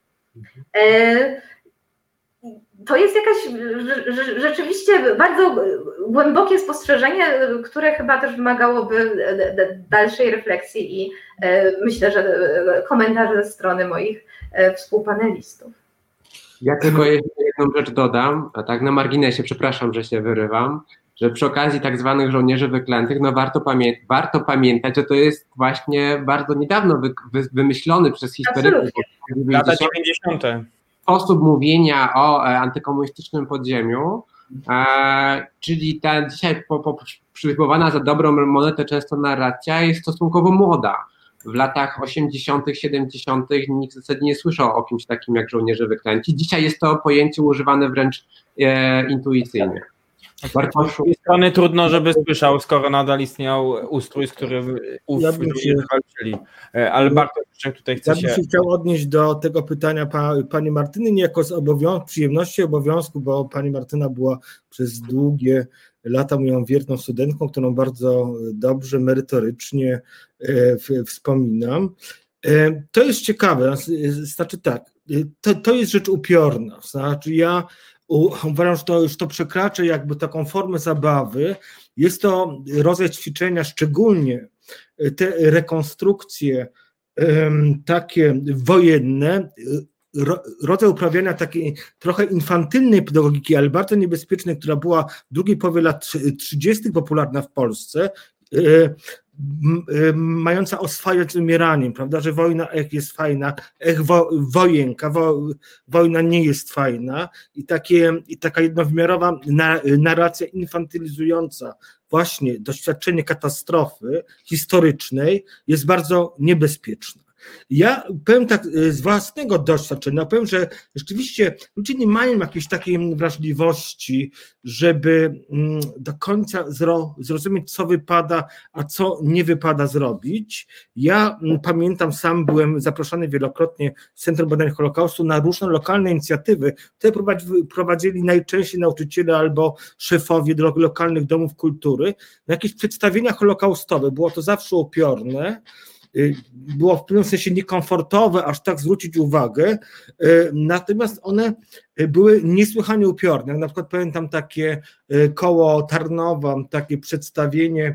to jest jakaś rzeczywiście bardzo głębokie spostrzeżenie, które chyba też wymagałoby dalszej refleksji i myślę, że komentarzy ze strony moich współpanelistów. Ja tylko jeszcze jedną rzecz dodam, a tak na marginesie, przepraszam, że się wyrywam, że przy okazji tak zwanych żołnierzy wyklętych, no warto pamiętać, że to jest właśnie bardzo niedawno wymyślony przez historyków. Lata 90. Sposób mówienia o antykomunistycznym podziemiu, czyli ta dzisiaj przyjmowana za dobrą monetę często narracja jest stosunkowo młoda. W latach 80., 70. nikt w zasadzie nie słyszał o kimś takim jak żołnierze wyklęci. Dzisiaj jest to pojęcie używane wręcz intuicyjnie. Z tej strony trudno, żeby słyszał, skoro nadal istniał ustrój, z którym walczyli. Ale Bartosz tutaj chce się... Ja bym się chciał odnieść do tego pytania pani Martyny, niejako z przyjemności obowiązku, bo pani Martyna była przez długie lata moją wierną studentką, którą bardzo dobrze, merytorycznie wspominam. To jest ciekawe, znaczy tak, to jest rzecz upiorna, znaczy ja uważam, że to już to przekracza jakby taką formę zabawy, jest to rodzaj ćwiczenia, szczególnie te rekonstrukcje takie wojenne, rodzaj uprawiania takiej trochę infantylnej pedagogiki, ale bardzo niebezpiecznej, która była w drugiej połowie lat 30. popularna w Polsce, mająca oswajać z umieraniem, prawda, że wojna jest fajna, wojenka, wojna nie jest fajna i taka jednowymiarowa narracja infantylizująca właśnie doświadczenie katastrofy historycznej jest bardzo niebezpieczna. Ja powiem tak z własnego doświadczenia, powiem, że rzeczywiście ludzie nie mają jakiejś takiej wrażliwości, żeby do końca zrozumieć, co wypada, a co nie wypada zrobić. Ja pamiętam, sam byłem zaproszony wielokrotnie w Centrum Badań Holokaustu na różne lokalne inicjatywy, które prowadzili najczęściej nauczyciele albo szefowie lokalnych domów kultury, na jakieś przedstawienia holokaustowe. Było to zawsze upiorne. Było w pewnym sensie niekomfortowe, aż tak zwrócić uwagę, natomiast one były niesłychanie upiorne. Na przykład pamiętam takie koło Tarnowa, takie przedstawienie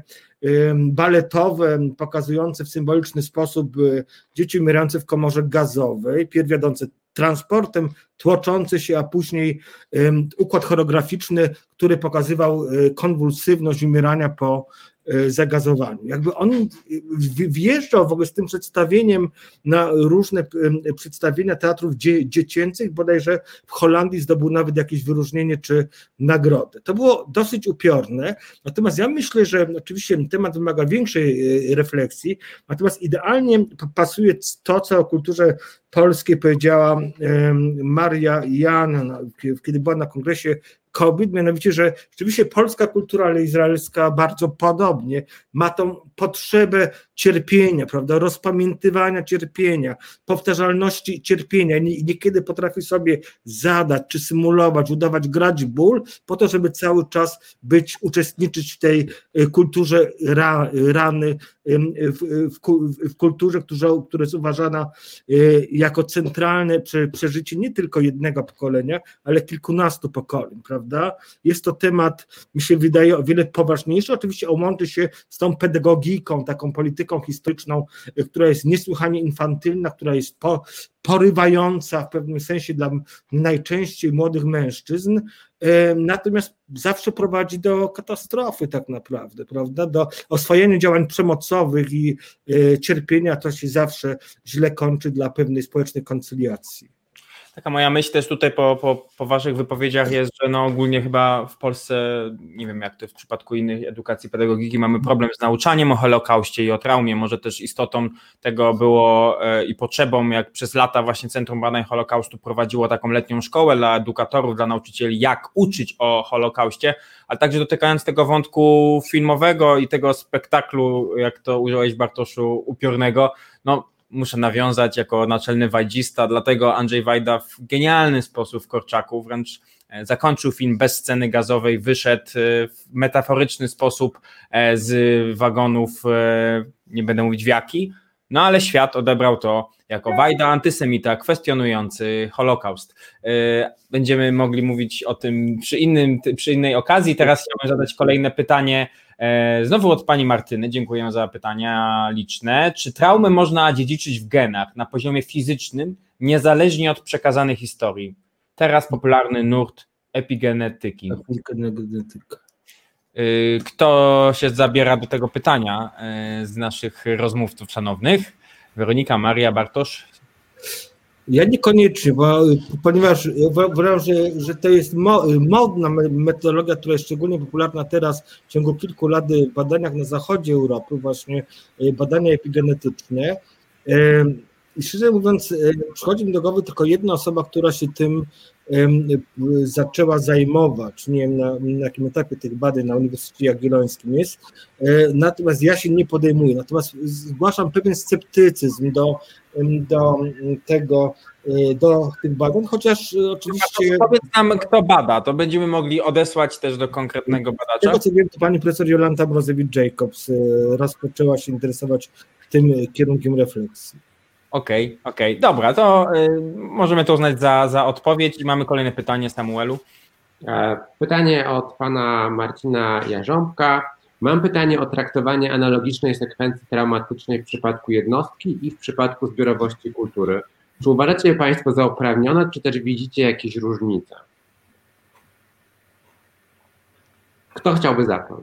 baletowe pokazujące w symboliczny sposób dzieci umierające w komorze gazowej, pierw jadące transportem, tłoczący się, a później układ choreograficzny, który pokazywał konwulsywność umierania po zagazowaniu. Jakby on wjeżdżał w ogóle z tym przedstawieniem na różne przedstawienia teatrów dziecięcych, bodajże w Holandii zdobył nawet jakieś wyróżnienie czy nagrodę. To było dosyć upiorne, natomiast ja myślę, że oczywiście ten temat wymaga większej refleksji, natomiast idealnie pasuje to, co o kulturze polskiej powiedziała Maria Jan, kiedy była na kongresie kobiet, mianowicie, że rzeczywiście polska kultura, ale izraelska bardzo podobnie ma tą potrzebę cierpienia, prawda, rozpamiętywania cierpienia, powtarzalności cierpienia i niekiedy potrafi sobie zadać, czy symulować, udawać, grać ból, po to, żeby cały czas uczestniczyć w tej kulturze rany, w kulturze, która jest uważana jako centralne przeżycie nie tylko jednego pokolenia, ale kilkunastu pokoleń, prawda? Jest to temat, mi się wydaje, o wiele poważniejszy, oczywiście łączy się z tą pedagogiką, taką polityką historyczną, która jest niesłychanie infantylna, która jest porywająca w pewnym sensie dla najczęściej młodych mężczyzn, natomiast zawsze prowadzi do katastrofy tak naprawdę, prawda, do oswojenia działań przemocowych i cierpienia, to się zawsze źle kończy dla pewnej społecznej koncyliacji. Taka moja myśl też tutaj po waszych wypowiedziach jest, że no ogólnie chyba w Polsce, nie wiem jak to w przypadku innych edukacji pedagogiki, mamy problem z nauczaniem o Holokauście i o traumie, może też istotą tego było i potrzebą, jak przez lata właśnie Centrum Badań Holokaustu prowadziło taką letnią szkołę dla edukatorów, dla nauczycieli, jak uczyć o Holokauście, ale także dotykając tego wątku filmowego i tego spektaklu, jak to użyłeś, Bartoszu, upiornego, no muszę nawiązać jako naczelny wajdzista, dlatego Andrzej Wajda w genialny sposób w Korczaku wręcz zakończył film bez sceny gazowej, wyszedł w metaforyczny sposób z wagonów, nie będę mówić w jaki, no ale świat odebrał to jako Wajda antysemita kwestionujący Holokaust. Będziemy mogli mówić o tym przy innej okazji. Teraz chciałbym zadać kolejne pytanie znowu od pani Martyny. Dziękuję za pytania liczne. Czy traumy można dziedziczyć w genach na poziomie fizycznym, niezależnie od przekazanej historii? Teraz popularny nurt epigenetyki. Kto się zabiera do tego pytania z naszych rozmówców szanownych? Weronika, Maria, Bartosz? Ja niekoniecznie, ponieważ uważam, że to jest modna metodologia, która jest szczególnie popularna teraz w ciągu kilku lat w badaniach na zachodzie Europy, właśnie badania epigenetyczne. I szczerze mówiąc, przychodzi mi do głowy tylko jedna osoba, która się tym zaczęła zajmować. Nie wiem na jakim etapie tych badań na Uniwersytecie Jagiellońskim jest, natomiast ja się nie podejmuję. Natomiast zgłaszam pewien sceptycyzm do tych badań, chociaż oczywiście... Powiedz nam, kto bada, to będziemy mogli odesłać też do konkretnego badacza. Tego co wiem, to pani profesor Jolanta Brozewicz-Jacobs rozpoczęła się interesować tym kierunkiem refleksji. Okej, dobra, to możemy to uznać za odpowiedź i mamy kolejne pytanie, Samuelu. Pytanie od pana Marcina Jarząbka. Mam pytanie o traktowanie analogicznej sekwencji traumatycznej w przypadku jednostki i w przypadku zbiorowości kultury. Czy uważacie je Państwo za uprawnione, czy też widzicie jakieś różnice? Kto chciałby zacząć?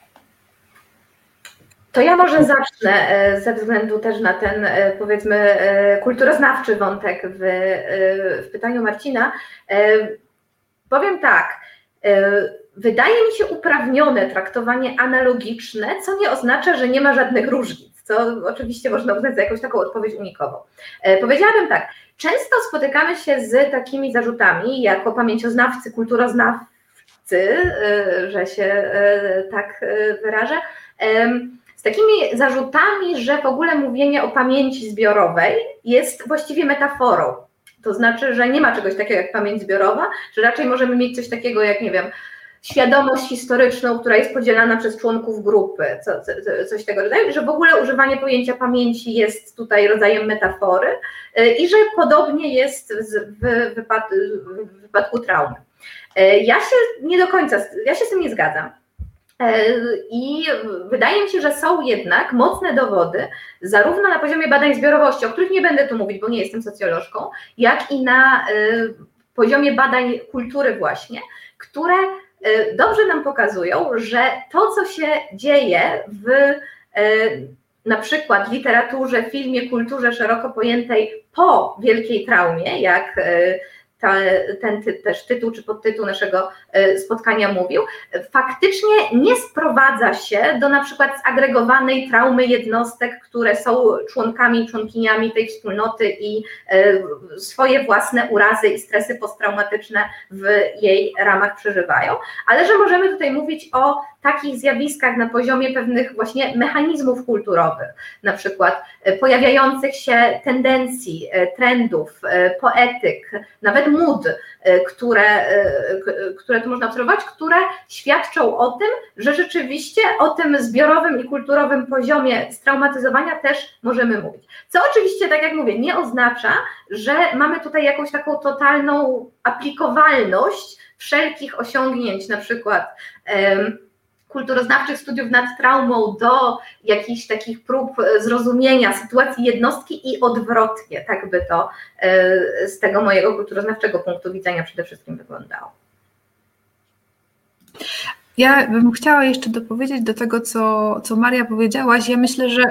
To ja może zacznę ze względu też na ten, powiedzmy, kulturoznawczy wątek w pytaniu Marcina. Powiem tak, wydaje mi się uprawnione traktowanie analogiczne, co nie oznacza, że nie ma żadnych różnic, co oczywiście można uznać za jakąś taką odpowiedź unikową. Powiedziałabym tak, często spotykamy się z takimi zarzutami jako pamięcioznawcy, kulturoznawcy, że się tak wyrażę, z takimi zarzutami, że w ogóle mówienie o pamięci zbiorowej jest właściwie metaforą. To znaczy, że nie ma czegoś takiego jak pamięć zbiorowa, że raczej możemy mieć coś takiego jak, nie wiem, świadomość historyczną, która jest podzielana przez członków grupy, coś tego rodzaju, że w ogóle używanie pojęcia pamięci jest tutaj rodzajem metafory i że podobnie jest w wypadku traumy. Ja się z tym nie zgadzam. I wydaje mi się, że są jednak mocne dowody, zarówno na poziomie badań zbiorowości, o których nie będę tu mówić, bo nie jestem socjolożką, jak i na poziomie badań kultury właśnie, które dobrze nam pokazują, że to, co się dzieje w na przykład literaturze, filmie, kulturze szeroko pojętej po wielkiej traumie, jak ten też tytuł czy podtytuł naszego spotkania mówił, faktycznie nie sprowadza się do na przykład zagregowanej traumy jednostek, które są członkami i członkiniami tej wspólnoty i swoje własne urazy i stresy posttraumatyczne w jej ramach przeżywają, ale że możemy tutaj mówić o takich zjawiskach na poziomie pewnych właśnie mechanizmów kulturowych, na przykład pojawiających się tendencji, trendów, poetyk, nawet mód, które tu można obserwować, które świadczą o tym, że rzeczywiście o tym zbiorowym i kulturowym poziomie straumatyzowania też możemy mówić. Co oczywiście, tak jak mówię, nie oznacza, że mamy tutaj jakąś taką totalną aplikowalność wszelkich osiągnięć, na przykład kulturoznawczych studiów nad traumą do jakichś takich prób zrozumienia sytuacji jednostki i odwrotnie, tak by to z tego mojego kulturoznawczego punktu widzenia przede wszystkim wyglądało. Ja bym chciała jeszcze dopowiedzieć do tego, co Maria powiedziałaś. Ja myślę, że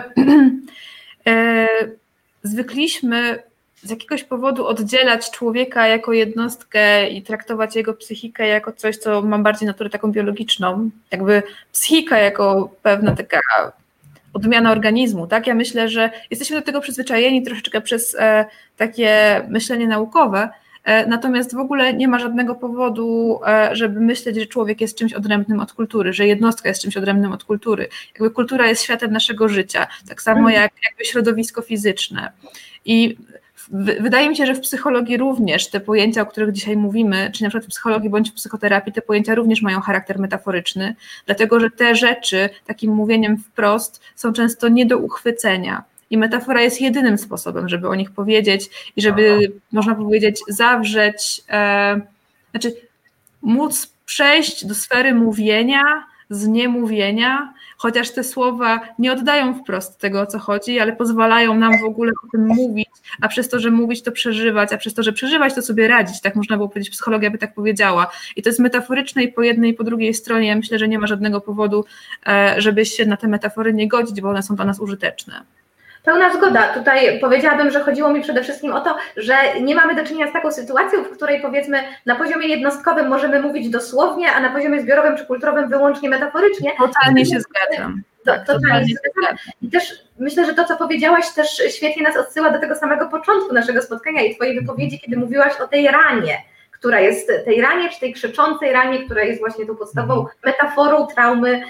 zwykliśmy z jakiegoś powodu oddzielać człowieka jako jednostkę i traktować jego psychikę jako coś, co ma bardziej naturę taką biologiczną, jakby psychika jako pewna taka odmiana organizmu, tak? Ja myślę, że jesteśmy do tego przyzwyczajeni troszeczkę przez takie myślenie naukowe, natomiast w ogóle nie ma żadnego powodu, żeby myśleć, że człowiek jest czymś odrębnym od kultury, że jednostka jest czymś odrębnym od kultury. Jakby kultura jest światem naszego życia, tak samo jak jakby środowisko fizyczne. I wydaje mi się, że w psychologii również te pojęcia, o których dzisiaj mówimy, czy na przykład w psychologii bądź w psychoterapii, te pojęcia również mają charakter metaforyczny, dlatego że te rzeczy takim mówieniem wprost są często nie do uchwycenia. I metafora jest jedynym sposobem, żeby o nich powiedzieć i żeby, można powiedzieć, zawrzeć, znaczy móc przejść do sfery mówienia z niemówienia, chociaż te słowa nie oddają wprost tego, o co chodzi, ale pozwalają nam w ogóle o tym mówić, a przez to, że mówić, to przeżywać, a przez to, że przeżywać, to sobie radzić, tak można było powiedzieć, psychologia by tak powiedziała. I to jest metaforyczne i po jednej, i po drugiej stronie. Ja myślę, że nie ma żadnego powodu, żeby się na te metafory nie godzić, bo one są dla nas użyteczne. Pełna zgoda. Tutaj powiedziałabym, że chodziło mi przede wszystkim o to, że nie mamy do czynienia z taką sytuacją, w której powiedzmy na poziomie jednostkowym możemy mówić dosłownie, a na poziomie zbiorowym czy kulturowym wyłącznie metaforycznie. Totalnie się zgadzam. Totalnie się zgadzam. I też myślę, że to, co powiedziałaś, też świetnie nas odsyła do tego samego początku naszego spotkania i twojej wypowiedzi, kiedy mówiłaś o tej ranie, która jest tej ranie, czy tej krzyczącej ranie, która jest właśnie tą podstawową metaforą traumy,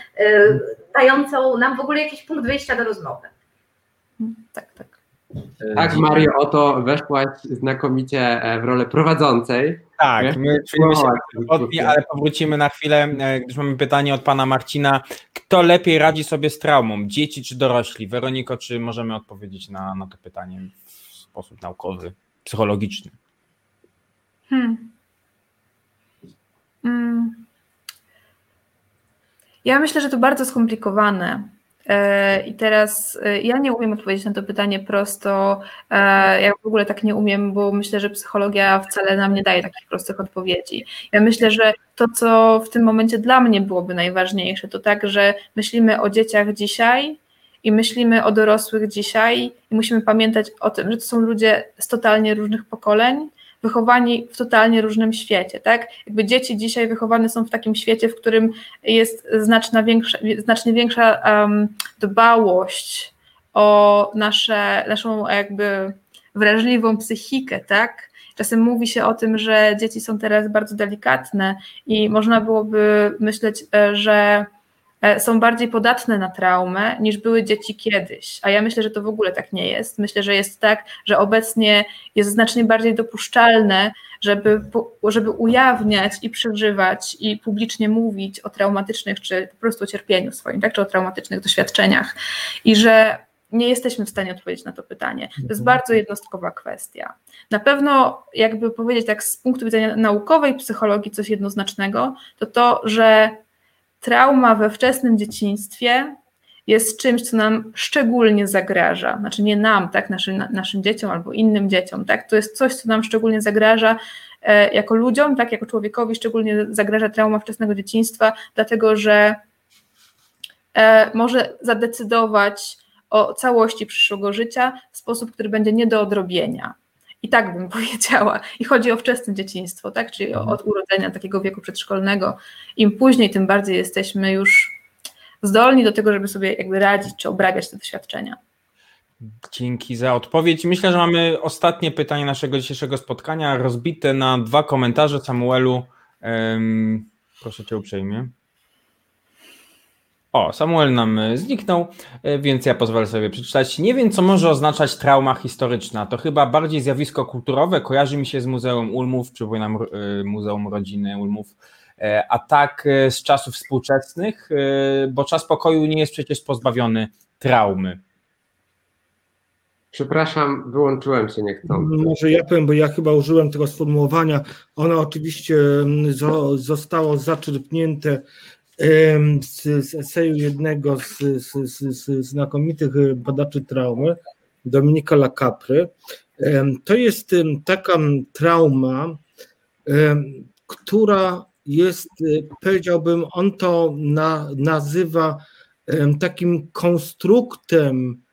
dającą nam w ogóle jakiś punkt wyjścia do rozmowy. Tak. Tak, Mario, oto weszłaś znakomicie w rolę prowadzącej. Tak, my czujemy się swobodni, ale powrócimy na chwilę, gdyż mamy pytanie od pana Marcina. Kto lepiej radzi sobie z traumą, dzieci czy dorośli? Weroniko, czy możemy odpowiedzieć na to pytanie w sposób naukowy, psychologiczny? Ja myślę, że to bardzo skomplikowane. I teraz ja nie umiem odpowiedzieć na to pytanie prosto. Ja w ogóle tak nie umiem, bo myślę, że psychologia wcale nam nie daje takich prostych odpowiedzi. Ja myślę, że to, co w tym momencie dla mnie byłoby najważniejsze, to tak, że myślimy o dzieciach dzisiaj i myślimy o dorosłych dzisiaj i musimy pamiętać o tym, że to są ludzie z totalnie różnych pokoleń, wychowani w totalnie różnym świecie, tak? Jakby dzieci dzisiaj wychowane są w takim świecie, w którym jest znacznie większa dbałość o naszą jakby wrażliwą psychikę, tak? Czasem mówi się o tym, że dzieci są teraz bardzo delikatne i można byłoby myśleć, że są bardziej podatne na traumę niż były dzieci kiedyś, a ja myślę, że to w ogóle tak nie jest. Myślę, że jest tak, że obecnie jest znacznie bardziej dopuszczalne, żeby ujawniać i przeżywać i publicznie mówić o traumatycznych, czy po prostu o cierpieniu swoim, tak, czy o traumatycznych doświadczeniach i że nie jesteśmy w stanie odpowiedzieć na to pytanie. To jest bardzo jednostkowa kwestia. Na pewno, jakby powiedzieć tak z punktu widzenia naukowej psychologii coś jednoznacznego, to, że trauma we wczesnym dzieciństwie jest czymś, co nam szczególnie zagraża. Znaczy nie nam, tak, naszym dzieciom albo innym dzieciom. Tak? To jest coś, co nam szczególnie zagraża jako ludziom, tak, jako człowiekowi szczególnie zagraża trauma wczesnego dzieciństwa, dlatego że może zadecydować o całości przyszłego życia w sposób, który będzie nie do odrobienia. I tak bym powiedziała. I chodzi o wczesne dzieciństwo, tak? Czyli od urodzenia takiego wieku przedszkolnego. Im później, tym bardziej jesteśmy już zdolni do tego, żeby sobie jakby radzić czy obrabiać te doświadczenia. Dzięki za odpowiedź. Myślę, że mamy ostatnie pytanie naszego dzisiejszego spotkania, rozbite na 2 komentarze. Samuelu, proszę cię uprzejmie. O, Samuel nam zniknął, więc ja pozwolę sobie przeczytać. Nie wiem, co może oznaczać trauma historyczna. To chyba bardziej zjawisko kulturowe. Kojarzy mi się z Muzeum Ulmów, przypominam Muzeum Rodziny Ulmów, a tak z czasów współczesnych, bo czas pokoju nie jest przecież pozbawiony traumy. Przepraszam, wyłączyłem się niechcący. Może ja powiem, bo ja chyba użyłem tego sformułowania. Ono oczywiście zostało zaczerpnięte z eseju jednego z znakomitych badaczy traumy, Dominika Lacapry. To jest taka trauma, która jest, powiedziałbym, on to nazywa takim konstruktem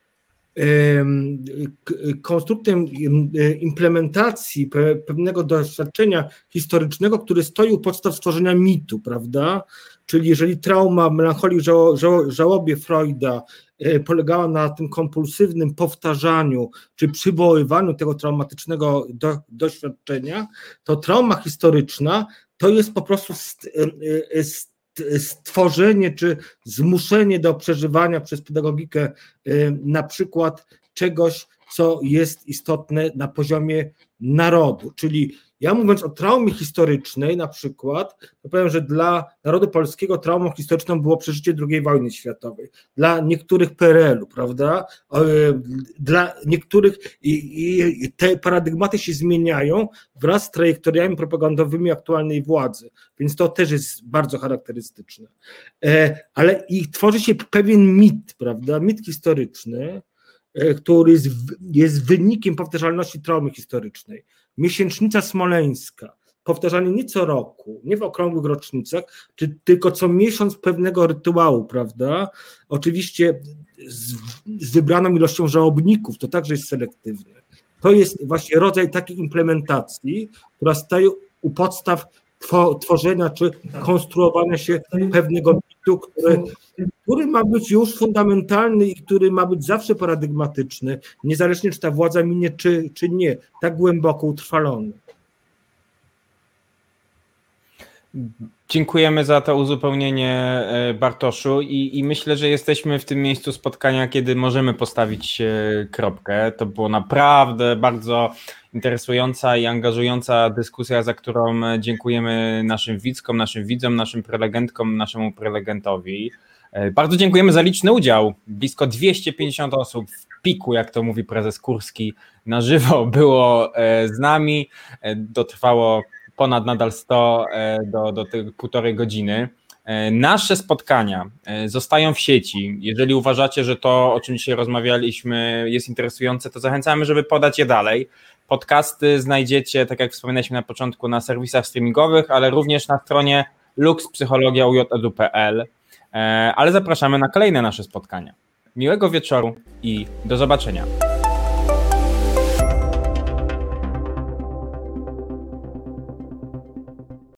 implementacji pewnego doświadczenia historycznego, który stoi u podstaw stworzenia mitu, prawda? Czyli jeżeli trauma melancholii żałobie Freuda polegała na tym kompulsywnym powtarzaniu czy przywoływaniu tego traumatycznego doświadczenia, to trauma historyczna to jest po prostu stworzenie czy zmuszenie do przeżywania przez pedagogikę na przykład czegoś, co jest istotne na poziomie narodu. Czyli ja mówiąc o traumie historycznej na przykład, to powiem, że dla narodu polskiego traumą historyczną było przeżycie II wojny światowej. Dla niektórych PRL-u, prawda? Dla niektórych i te paradygmaty się zmieniają wraz z trajektoriami propagandowymi aktualnej władzy, więc to też jest bardzo charakterystyczne. Ale i tworzy się pewien mit, prawda? Mit historyczny, który jest wynikiem powtarzalności traumy historycznej. Miesięcznica smoleńska, powtarzanie nie co roku, nie w okrągłych rocznicach, tylko co miesiąc pewnego rytuału, prawda? Oczywiście z wybraną ilością żałobników, to także jest selektywne. To jest właśnie rodzaj takiej implementacji, która staje u podstaw tworzenia czy konstruowania się pewnego mitu, który ma być już fundamentalny i który ma być zawsze paradygmatyczny, niezależnie czy ta władza minie, czy nie, tak głęboko utrwalony. Dziękujemy za to uzupełnienie, Bartoszu, i myślę, że jesteśmy w tym miejscu spotkania, kiedy możemy postawić kropkę. To było naprawdę bardzo interesująca i angażująca dyskusja, za którą dziękujemy naszym widzkom, naszym widzom, naszym prelegentkom, naszemu prelegentowi. Bardzo dziękujemy za liczny udział. Blisko 250 osób w piku, jak to mówi prezes Kurski, na żywo było z nami. Dotrwało ponad nadal 100 do tych 1,5 godziny. Nasze spotkania zostają w sieci. Jeżeli uważacie, że to, o czym dzisiaj rozmawialiśmy, jest interesujące, to zachęcamy, żeby podać je dalej. Podcasty znajdziecie, tak jak wspominaliśmy na początku, na serwisach streamingowych, ale również na stronie luxpsychologia.uj.edu.pl, ale zapraszamy na kolejne nasze spotkania. Miłego wieczoru i do zobaczenia.